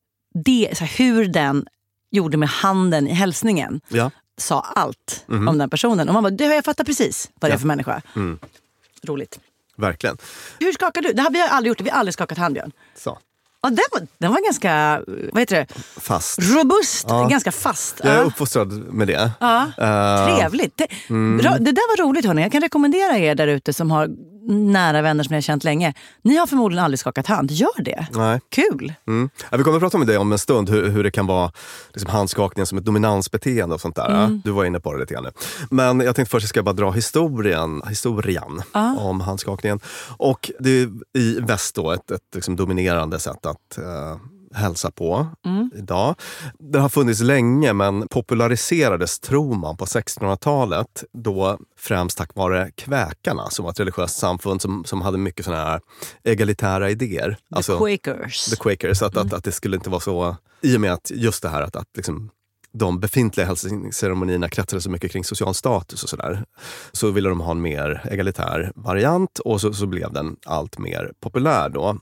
hur den gjorde med handen i hälsningen sa allt om den personen. Och man bara, det har jag fattat precis vad det är för människa. Roligt. Verkligen. Hur skakar du? Det har vi aldrig gjort. Vi har aldrig skakat hand, Björn. Så. Ja, den var ganska, vad heter det? Fast. Robust, ganska fast. Jag är uppfostrad med det. Trevligt. Det där var roligt, hörni. Jag kan rekommendera er där ute som har nära vänner som ni har känt länge. Ni har förmodligen aldrig skakat hand. Gör det. Nej. Kul. Ja, vi kommer att prata med dig om en stund hur det kan vara liksom handskakningen som ett dominansbeteende och sånt där. Du var inne på det lite grann nu. Men jag tänkte först ska jag bara dra historien om handskakningen. Och det är i väst då ett liksom dominerande sätt att hälsa på idag. Det har funnits länge men populariserades, tror man, på 1600-talet då främst tack vare kväkarna som var ett religiöst samfund som hade mycket såna här egalitära idéer. The Quakers. Att det skulle inte vara så, i och med att just det här att liksom de befintliga hälsningsceremonierna kretsade så mycket kring social status och sådär. Så ville de ha en mer egalitär variant och så blev den allt mer populär då.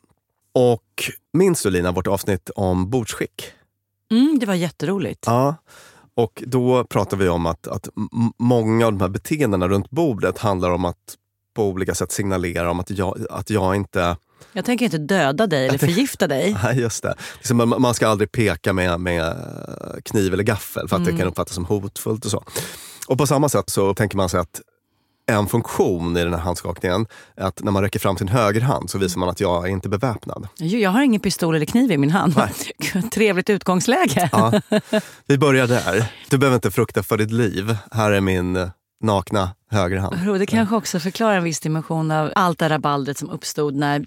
Och minns du, Lina, vårt avsnitt om bordsskick? Det var jätteroligt. Ja, och då pratar vi om att många av de här beteendena runt bordet handlar om att på olika sätt signalera om att jag inte... Jag tänker inte döda dig eller förgifta dig. Nej, just det. Liksom man ska aldrig peka med kniv eller gaffel för att det kan uppfattas som hotfullt och så. Och på samma sätt så tänker man sig att en funktion i den här handskakningen är att när man räcker fram sin högerhand så visar man att jag är inte beväpnad. Jag har ingen pistol eller kniv i min hand. Trevligt utgångsläge. Ja, vi börjar där. Du behöver inte frukta för ditt liv. Här är min nakna högerhand. Det kanske också förklarar en viss dimension av allt det rabaldret som uppstod när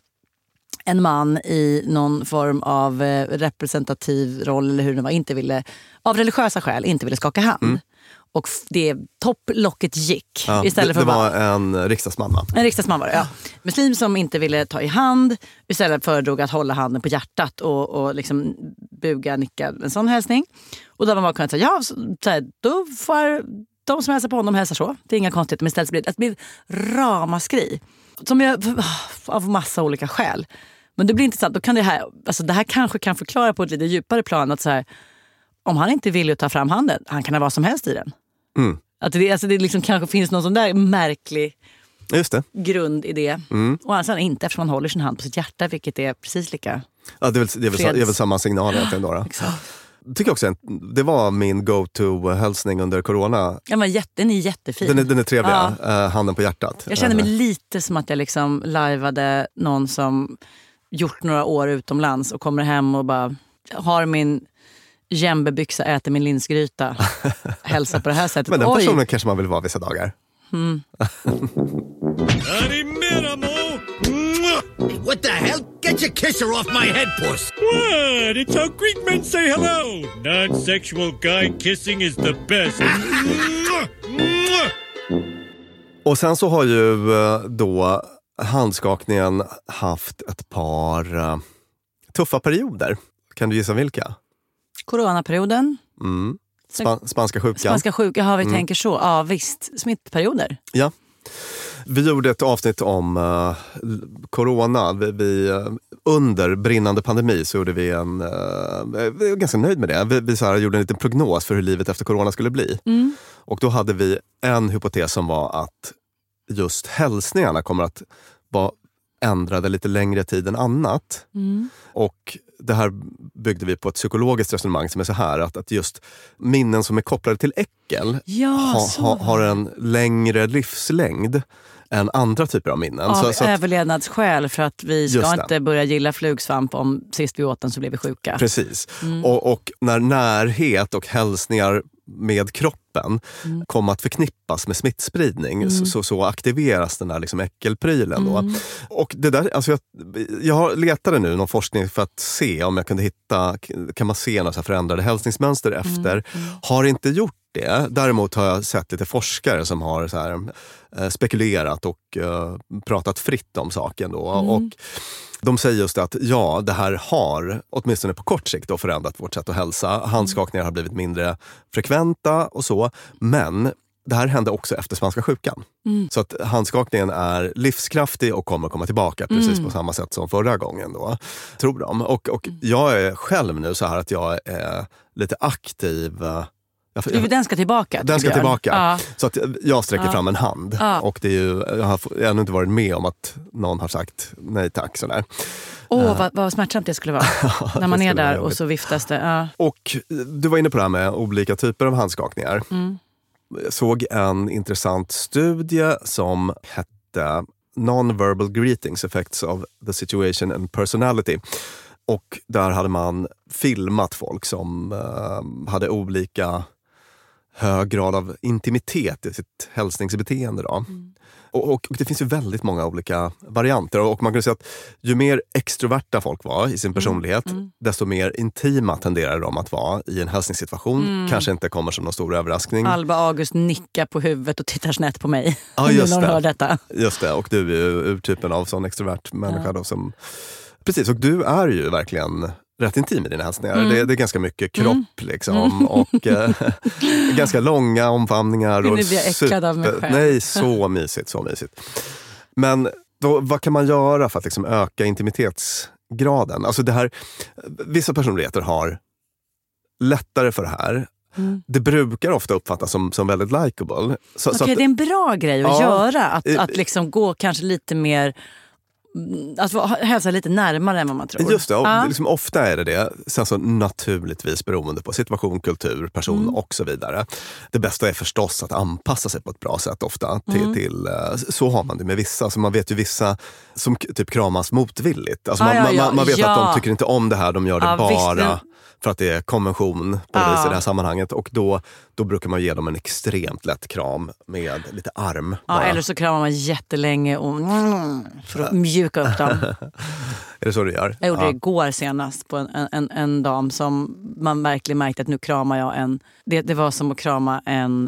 en man i någon form av representativ roll eller hur det var inte ville, av religiösa skäl, inte ville skaka hand. Och det topplocket gick. Ja, istället för det var en riksdagsman, va? En riksdagsman var det, ja. Muslim som inte ville ta i hand. Istället föredrog att hålla handen på hjärtat och liksom buga, nicka en sån hälsning. Och då var man kunnat säga, då får de som hälsar på honom hälsar så. Det är inga konstigheter, men istället det blir ramaskri. Som jag, av massa olika skäl. Men det blir intressant. Då kan det här kanske kan förklara på ett lite djupare plan att så här, om han inte vill ta fram handen, han kan ha vad som helst i den. Att det liksom kanske finns någon sån där märklig Just det. Grundidé. Och alltså inte, eftersom man håller sin hand på sitt hjärta, vilket är precis lika... Ja, det är väl samma signal egentligen då. Tycker också det var min go-to-hälsning under corona. Ja, men den är jättefin. Den är trevlig, handen på hjärtat. Jag känner mig lite som att jag liksom liveade någon som gjort några år utomlands och kommer hem och bara har min jämbebyxa, äter min linsgryta, hälsar på det här sättet. Men den personen kanske man vill vara vissa dagar. What the hell? Get your kisser off my head, puss! What? It's how Greek men say hello! Non-sexual guy kissing is the best. Och sen så har ju då handskakningen haft ett par tuffa perioder. Kan du gissa vilka? Coronaperioden. Spanska sjukan. Spanska sjukan, vi tänker så. Ja, visst. Smittperioder. Ja. Vi gjorde ett avsnitt om corona. Vi, under brinnande pandemi så gjorde vi vi är ganska nöjd med det. Vi så här, gjorde en liten prognos för hur livet efter corona skulle bli. Och då hade vi en hypotes som var att just hälsningarna kommer att vara ändrade lite längre tid än annat. Och det här byggde vi på ett psykologiskt resonemang som är så här att just minnen som är kopplade till äckel har en längre livslängd än andra typer av minnen. Av överlevnadsskäl för att vi ska inte börja gilla flugsvamp om sist vi åt den så blev vi sjuka. Precis. Och när närhet och hälsningar med kroppen kommer att förknippas med smittspridning så aktiveras den där liksom äckelprylen då. Och det där, alltså jag letade nu någon forskning för att se om jag kunde hitta, kan man se några så här förändrade hälsningsmönster efter. Har inte gjort det. Däremot har jag sett lite forskare som har så här, spekulerat och pratat fritt om saken då. Och de säger just att det här har åtminstone på kort sikt då förändrat vårt sätt att hälsa. Handskakningar har blivit mindre frekventa och så. Men det här hände också efter spanska sjukan. Så att handskakningen är livskraftig och kommer komma tillbaka precis på samma sätt som förra gången då. Tror de. Och jag är själv nu så här att jag är lite aktiv. Den ska tillbaka. Den ska tillbaka. Så att jag sträcker fram en hand. Och det är ju, jag har ännu inte varit med om att någon har sagt nej tack. Sådär. Vad smärtsamt det skulle vara. När man är där och så viftas det. Och du var inne på det här med olika typer av handskakningar. Jag såg en intressant studie som hette Non-verbal greetings effects of the situation and personality. Och där hade man filmat folk som hade olika hög grad av intimitet i sitt hälsningsbeteende då. Och det finns ju väldigt många olika varianter. Och man kan säga att ju mer extroverta folk var i sin personlighet, desto mer intima tenderar de att vara i en hälsningssituation. Kanske inte kommer som någon stor överraskning. Alba August nickar på huvudet och tittar snett på mig. Ja, just någon det. Hör detta. Just det, och du är ju urtypen av sån extrovert människa då som... Precis, och du är ju verkligen rätt intim i dina hälsningar. Det är ganska mycket kropp liksom. Och ganska långa omfamningar. Nu blir jag äcklad av mig själv. Nej, så mysigt, så mysigt. Men då, vad kan man göra för att liksom öka intimitetsgraden? Alltså det här, vissa personligheter har lättare för det här. Det brukar ofta uppfattas som väldigt likeable. Okej, det är en bra grej att göra. Att liksom gå kanske lite mer... Alltså hälsa lite närmare än vad man tror. Just det, och liksom ofta är det. Sen så naturligtvis beroende på situation, kultur, person och så vidare. Det bästa är förstås att anpassa sig på ett bra sätt ofta till så har man det med vissa. Så man vet ju vissa som typ kramas motvilligt. Alltså man vet att de tycker inte om det här, de gör det bara för att det är konvention på det vis i det här sammanhanget. Och då brukar man ge dem en extremt lätt kram med lite arm. Ja, eller så kramar man jättelänge och för att mjuka upp dem. Är det så du gör? Jag gjorde det igår senast på en dam som man verkligen märkte att nu kramar jag en... Det var som att krama en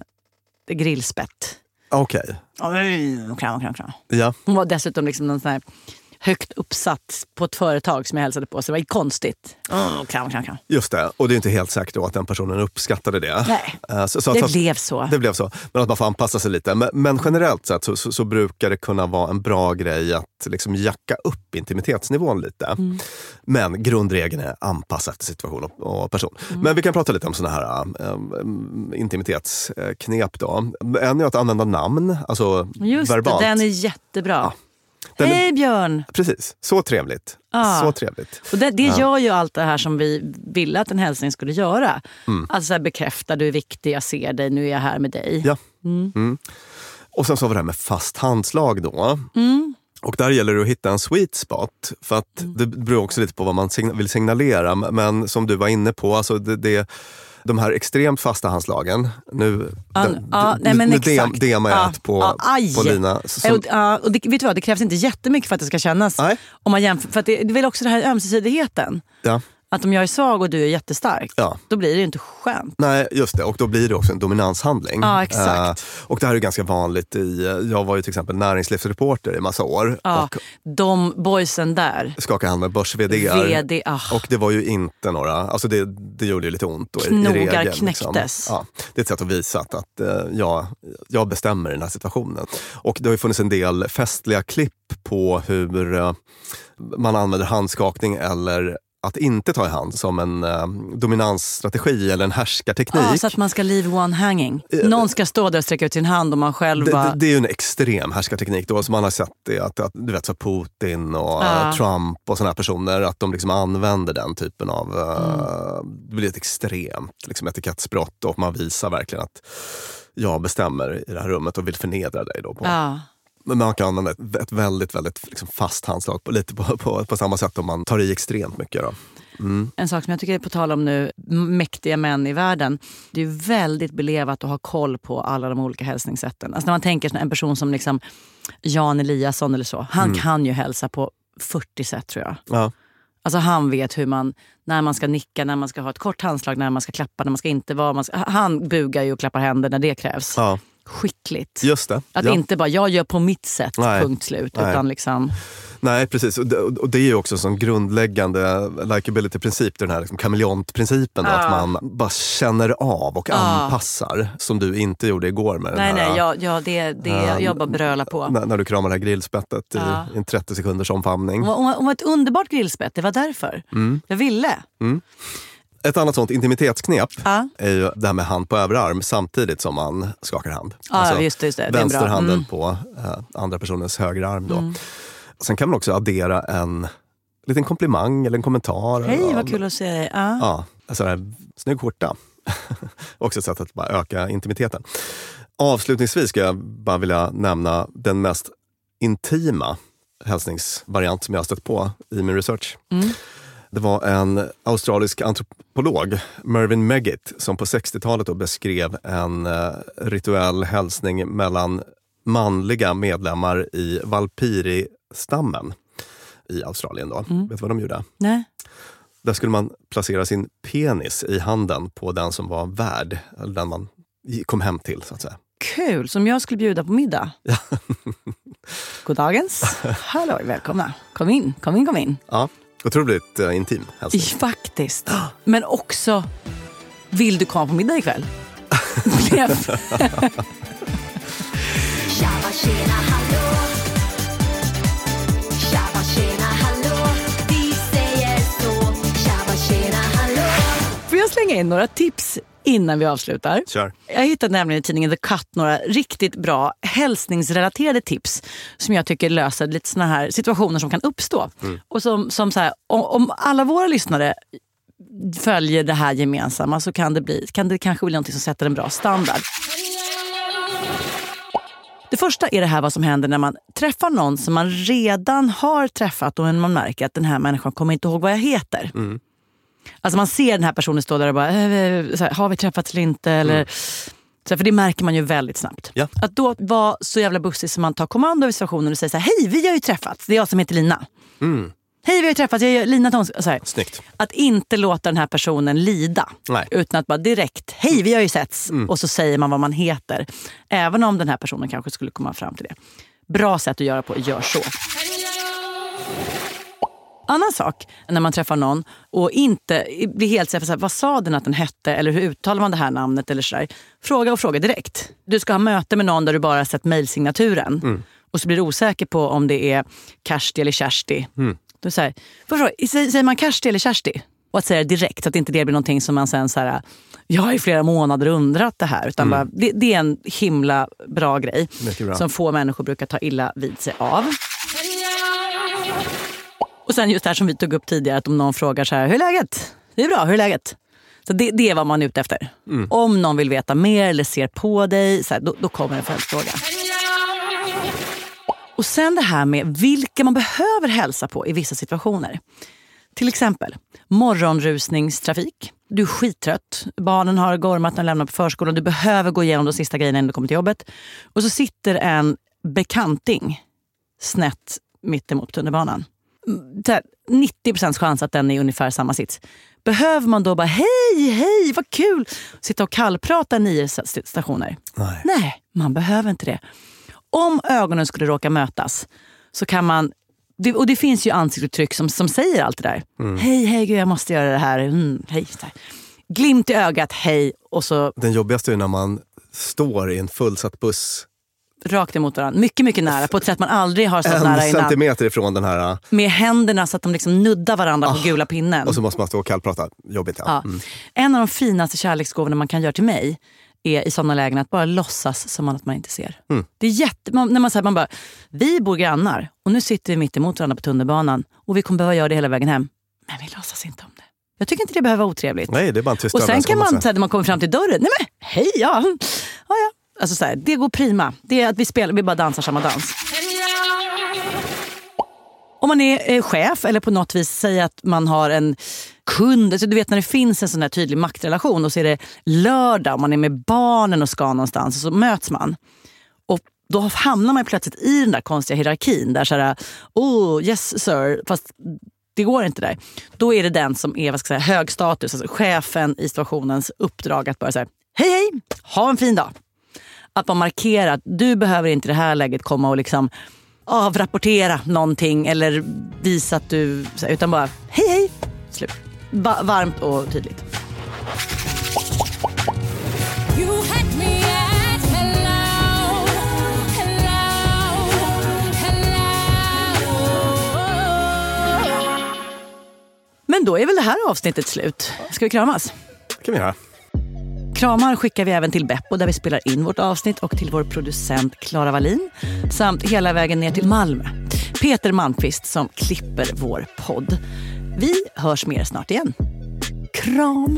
grillspett. Okej. Kram. Ja. Hon var dessutom liksom någon sån här högt uppsatt på ett företag som jag hälsade på. Så det var konstigt. Kan. Just det, och det är inte helt säkert då att den personen uppskattade det. Nej, blev så. Det blev så, men att man får anpassa sig lite. Men generellt sett så brukar det kunna vara en bra grej att liksom jacka upp intimitetsnivån lite. Men grundregeln är anpassa efter situation och person. Men vi kan prata lite om såna här intimitetsknep då. En är att använda namn, alltså just verbalt. Det, den är jättebra. Hej Björn! Precis, så trevligt. Så trevligt. Och det gör ju allt det här som vi ville att en hälsning skulle göra. Alltså så här, bekräfta, du är viktig, jag ser dig, nu är jag här med dig. Ja. Och sen så var det här med fast handslag då. Och där gäller det att hitta en sweet spot. För att det beror också lite på vad man vill signalera. Men som du var inne på, alltså de här extremt fasta handslagen. Nu demar jag ett på Lina. Och vet du vad, det krävs inte jättemycket för att det ska kännas. Nej. Om man jämför, för att det är väl också det här ömsesidigheten. Ja. Att om jag är svag och du är jättestark, då blir det ju inte skönt. Nej, just det. Och då blir det också en dominanshandling. Ja, exakt. Och det här är ganska vanligt jag var ju till exempel näringslivsreporter i massa år. Ja, och de boysen där. Skakade hand med börs-VD:ar. Och det var ju inte några, alltså det gjorde ju lite ont då, knogar i regeln. knäcktes. Liksom. Det är ett sätt att visa att jag bestämmer den här situationen. Och det har ju funnits en del festliga klipp på hur man använder handskakning eller att inte ta i hand som en dominansstrategi eller en härskarteknik. Ja, så att man ska leave one hanging. Någon ska stå där och sträcka ut sin hand och man själv det är ju en extrem härskarteknik då, som man har sett det att du vet, så Putin och Trump och såna här personer, att de liksom använder den typen av det blir ett extremt liksom, etikettsbrott, och man visar verkligen att jag bestämmer i det här rummet och vill förnedra dig då på. Men man kan använda ett väldigt, väldigt liksom fast handslag lite på samma sätt om man tar i extremt mycket då. En sak som jag tycker är på tal om nu, mäktiga män i världen. Det är väldigt belevat att ha koll på alla de olika hälsningssätten. Alltså när man tänker en person som liksom Jan Eliasson eller så. Han kan ju hälsa på 40 sätt tror jag. Ja. Alltså han vet när man ska nicka, när man ska ha ett kort handslag, när man ska klappa, när man ska inte vara. Han bugar ju och klappar händer när det krävs. Ja. Skickligt. Just det. Att inte bara jag gör på mitt sätt, punkt slut. Utan liksom... Nej, precis. Och det är ju också en grundläggande likability-princip, den här liksom kameleontprincipen. Att man bara känner av och anpassar, som du inte gjorde igår med den här... jag bara brölar på. När du kramar det här grillspettet i en 30 sekunders omfamning. Och ett underbart grillspett, det var därför. Jag ville. Ett annat sånt intimitetsknep är ju det här med hand på överarm samtidigt som man skakar hand. Just det. Vänsterhanden på andra personens högra arm då. Sen kan man också addera en liten komplimang eller en kommentar. Hej, vad kul att se dig. Ja, alltså här, snygg skjorta. Också ett sätt att bara öka intimiteten. Avslutningsvis ska jag bara vilja nämna den mest intima hälsningsvariant som jag har stött på i min research. Det var en australisk antropolog, Mervyn Meggitt, som på 60-talet då beskrev en rituell hälsning mellan manliga medlemmar i Walpiri-stammen i Australien då. Vet du vad de gjorde? Nej. Där skulle man placera sin penis i handen på den som var värd, eller den man kom hem till så att säga. Kul, som jag skulle bjuda på middag. Ja. Goddagens. Hallå, välkomna. Kom in. Ja. Otroligt intim hälsning. Faktiskt. Men också, vill du komma på middag ikväll? Får jag slänga in några tips innan vi avslutar? Sure. Jag hittade nämligen i tidningen The Cut några riktigt bra hälsningsrelaterade tips som jag tycker löser lite såna här situationer som kan uppstå. Och som så här, om alla våra lyssnare följer det här gemensamma så kan det kanske bli något som sätter en bra standard. Det första är det här vad som händer när man träffar någon som man redan har träffat och man märker att den här människan kommer inte ihåg vad jag heter. Alltså man ser den här personen stå där och bara så här, har vi träffats eller inte? Eller, så här, för det märker man ju väldigt snabbt. Ja. Att då vara så jävla bussig som man tar kommando över situationen och säger så här, hej, vi har ju träffats. Det är jag som heter Lina. Hej, vi har ju träffats. Jag är Lina Thomsgård. Snyggt. Att inte låta den här personen lida. Nej. Utan att bara direkt, hej, vi har ju setts. Och så säger man vad man heter. Även om den här personen kanske skulle komma fram till det. Bra sätt att göra på, gör så. Annan sak när man träffar någon och inte blir helt säker på vad sa den att den hette eller hur uttalar man det här namnet eller sådär. Fråga direkt. Du ska ha möte med någon där du bara sett mejlsignaturen och så blir du osäker på om det är Kersti eller Kersti. Då säger man Kersti eller Kersti? Och att säga det direkt så att inte det blir någonting som man sen såhär, jag har i flera månader undrat det här. Utan bara, det är en himla bra grej som få människor brukar ta illa vid sig av. Och sen just det här som vi tog upp tidigare, att om någon frågar så här, hur är läget? Det är bra, hur är läget? Så det är vad man är ute efter. Om någon vill veta mer eller ser på dig, så här, då kommer en följdfråga. Och sen det här med vilka man behöver hälsa på i vissa situationer. Till exempel morgonrusningstrafik. Du är skittrött. Barnen har gormat och lämnat på förskolan. Du behöver gå igenom de sista grejerna innan du kommer till jobbet. Och så sitter en bekanting snett mitt emot tunnelbanan. 90% chans att den är ungefär samma sits. Behöver man då bara hej, vad kul, sitta och kallprata 9 stationer? Nej, man behöver inte det. Om ögonen skulle råka mötas så kan man, och det finns ju ansiktsuttryck som säger allt det där. Hej, gud, jag måste göra det här. Hej, så här. Glimt i ögat, hej. Och så den jobbigaste är när man står i en fullsatt buss rakt emot varandra. Mycket, mycket nära. På ett sätt man aldrig har stått nära innan. 1 centimeter ifrån den här. Med händerna så att de liksom nuddar varandra på gula pinnen. Och så måste man stå och kallprata. Jobbigt, ja. En av de finaste kärleksgåvorna man kan göra till mig är i sådana lägen att bara låtsas som att man inte ser. Det är när man säger, man bara, vi bor grannar och nu sitter vi mitt emot varandra på tunnelbanan och vi kommer behöva göra det hela vägen hem. Men vi låtsas inte om det. Jag tycker inte det behöver vara otrevligt. Nej, det är bara en tyst. Och sen kan man, när man kommer fram till dörren, nej men, hej, ja. Alltså så här, det går prima. Det är att vi bara dansar samma dans. Om man är chef eller på något vis säger att man har en kund, alltså du vet när det finns en sån här tydlig maktrelation och så är det lördag och man är med barnen och ska någonstans och så möts man. Och då hamnar man plötsligt i den där konstiga hierarkin där så här, yes sir, fast det går inte där. Då är det den som är, vad ska jag säga, hög status, alltså chefen i situationens uppdrag att bara säga, hej, ha en fin dag. Att man markerar att du behöver inte i det här läget komma och liksom avrapportera någonting eller visa att du, utan bara hej, slut. Varmt och tydligt. Men då är väl det här avsnittet slut. Ska vi kramas? Det kan vi göra. Kramar skickar vi även till Beppo där vi spelar in vårt avsnitt och till vår producent Clara Wallin samt hela vägen ner till Malmö. Peter Malmqvist som klipper vår podd. Vi hörs mer snart igen. Kram!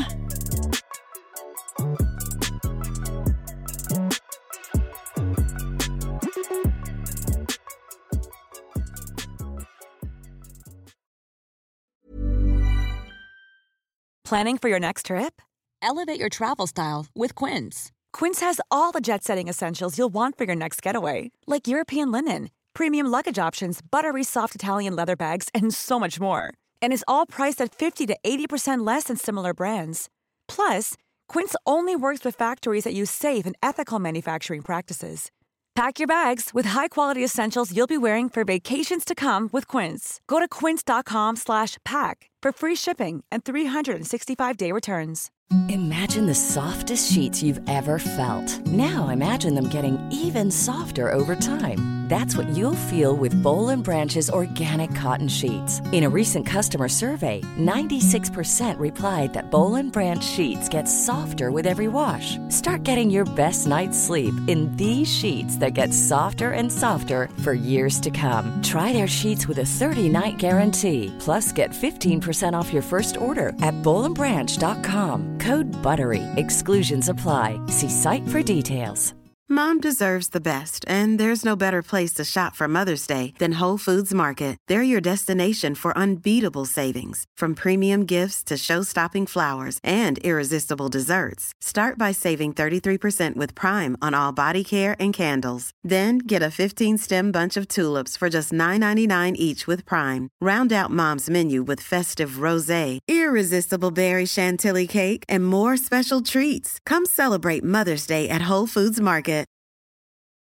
Planning for your next trip? Elevate your travel style with Quince. Quince has all the jet-setting essentials you'll want for your next getaway, like European linen, premium luggage options, buttery soft Italian leather bags, and so much more. And is all priced at 50 to 80% less than similar brands. Plus, Quince only works with factories that use safe and ethical manufacturing practices. Pack your bags with high-quality essentials you'll be wearing for vacations to come with Quince. Go to quince.com/pack for free shipping and 365-day returns. Imagine the softest sheets you've ever felt. Now imagine them getting even softer over time. That's what you'll feel with Boll & Branch's organic cotton sheets. In a recent customer survey, 96% replied that Boll & Branch sheets get softer with every wash. Start getting your best night's sleep in these sheets that get softer and softer for years to come. Try their sheets with a 30-night guarantee. Plus, get 15% off your first order at bollandbranch.com. Code BUTTERY. Exclusions apply. See site for details. Mom deserves the best, and there's no better place to shop for Mother's Day than Whole Foods Market. They're your destination for unbeatable savings, from premium gifts to show-stopping flowers and irresistible desserts. Start by saving 33% with Prime on all body care and candles. Then get a 15-stem bunch of tulips for just $9.99 each with Prime. Round out Mom's menu with festive rosé, irresistible berry chantilly cake, and more special treats. Come celebrate Mother's Day at Whole Foods Market.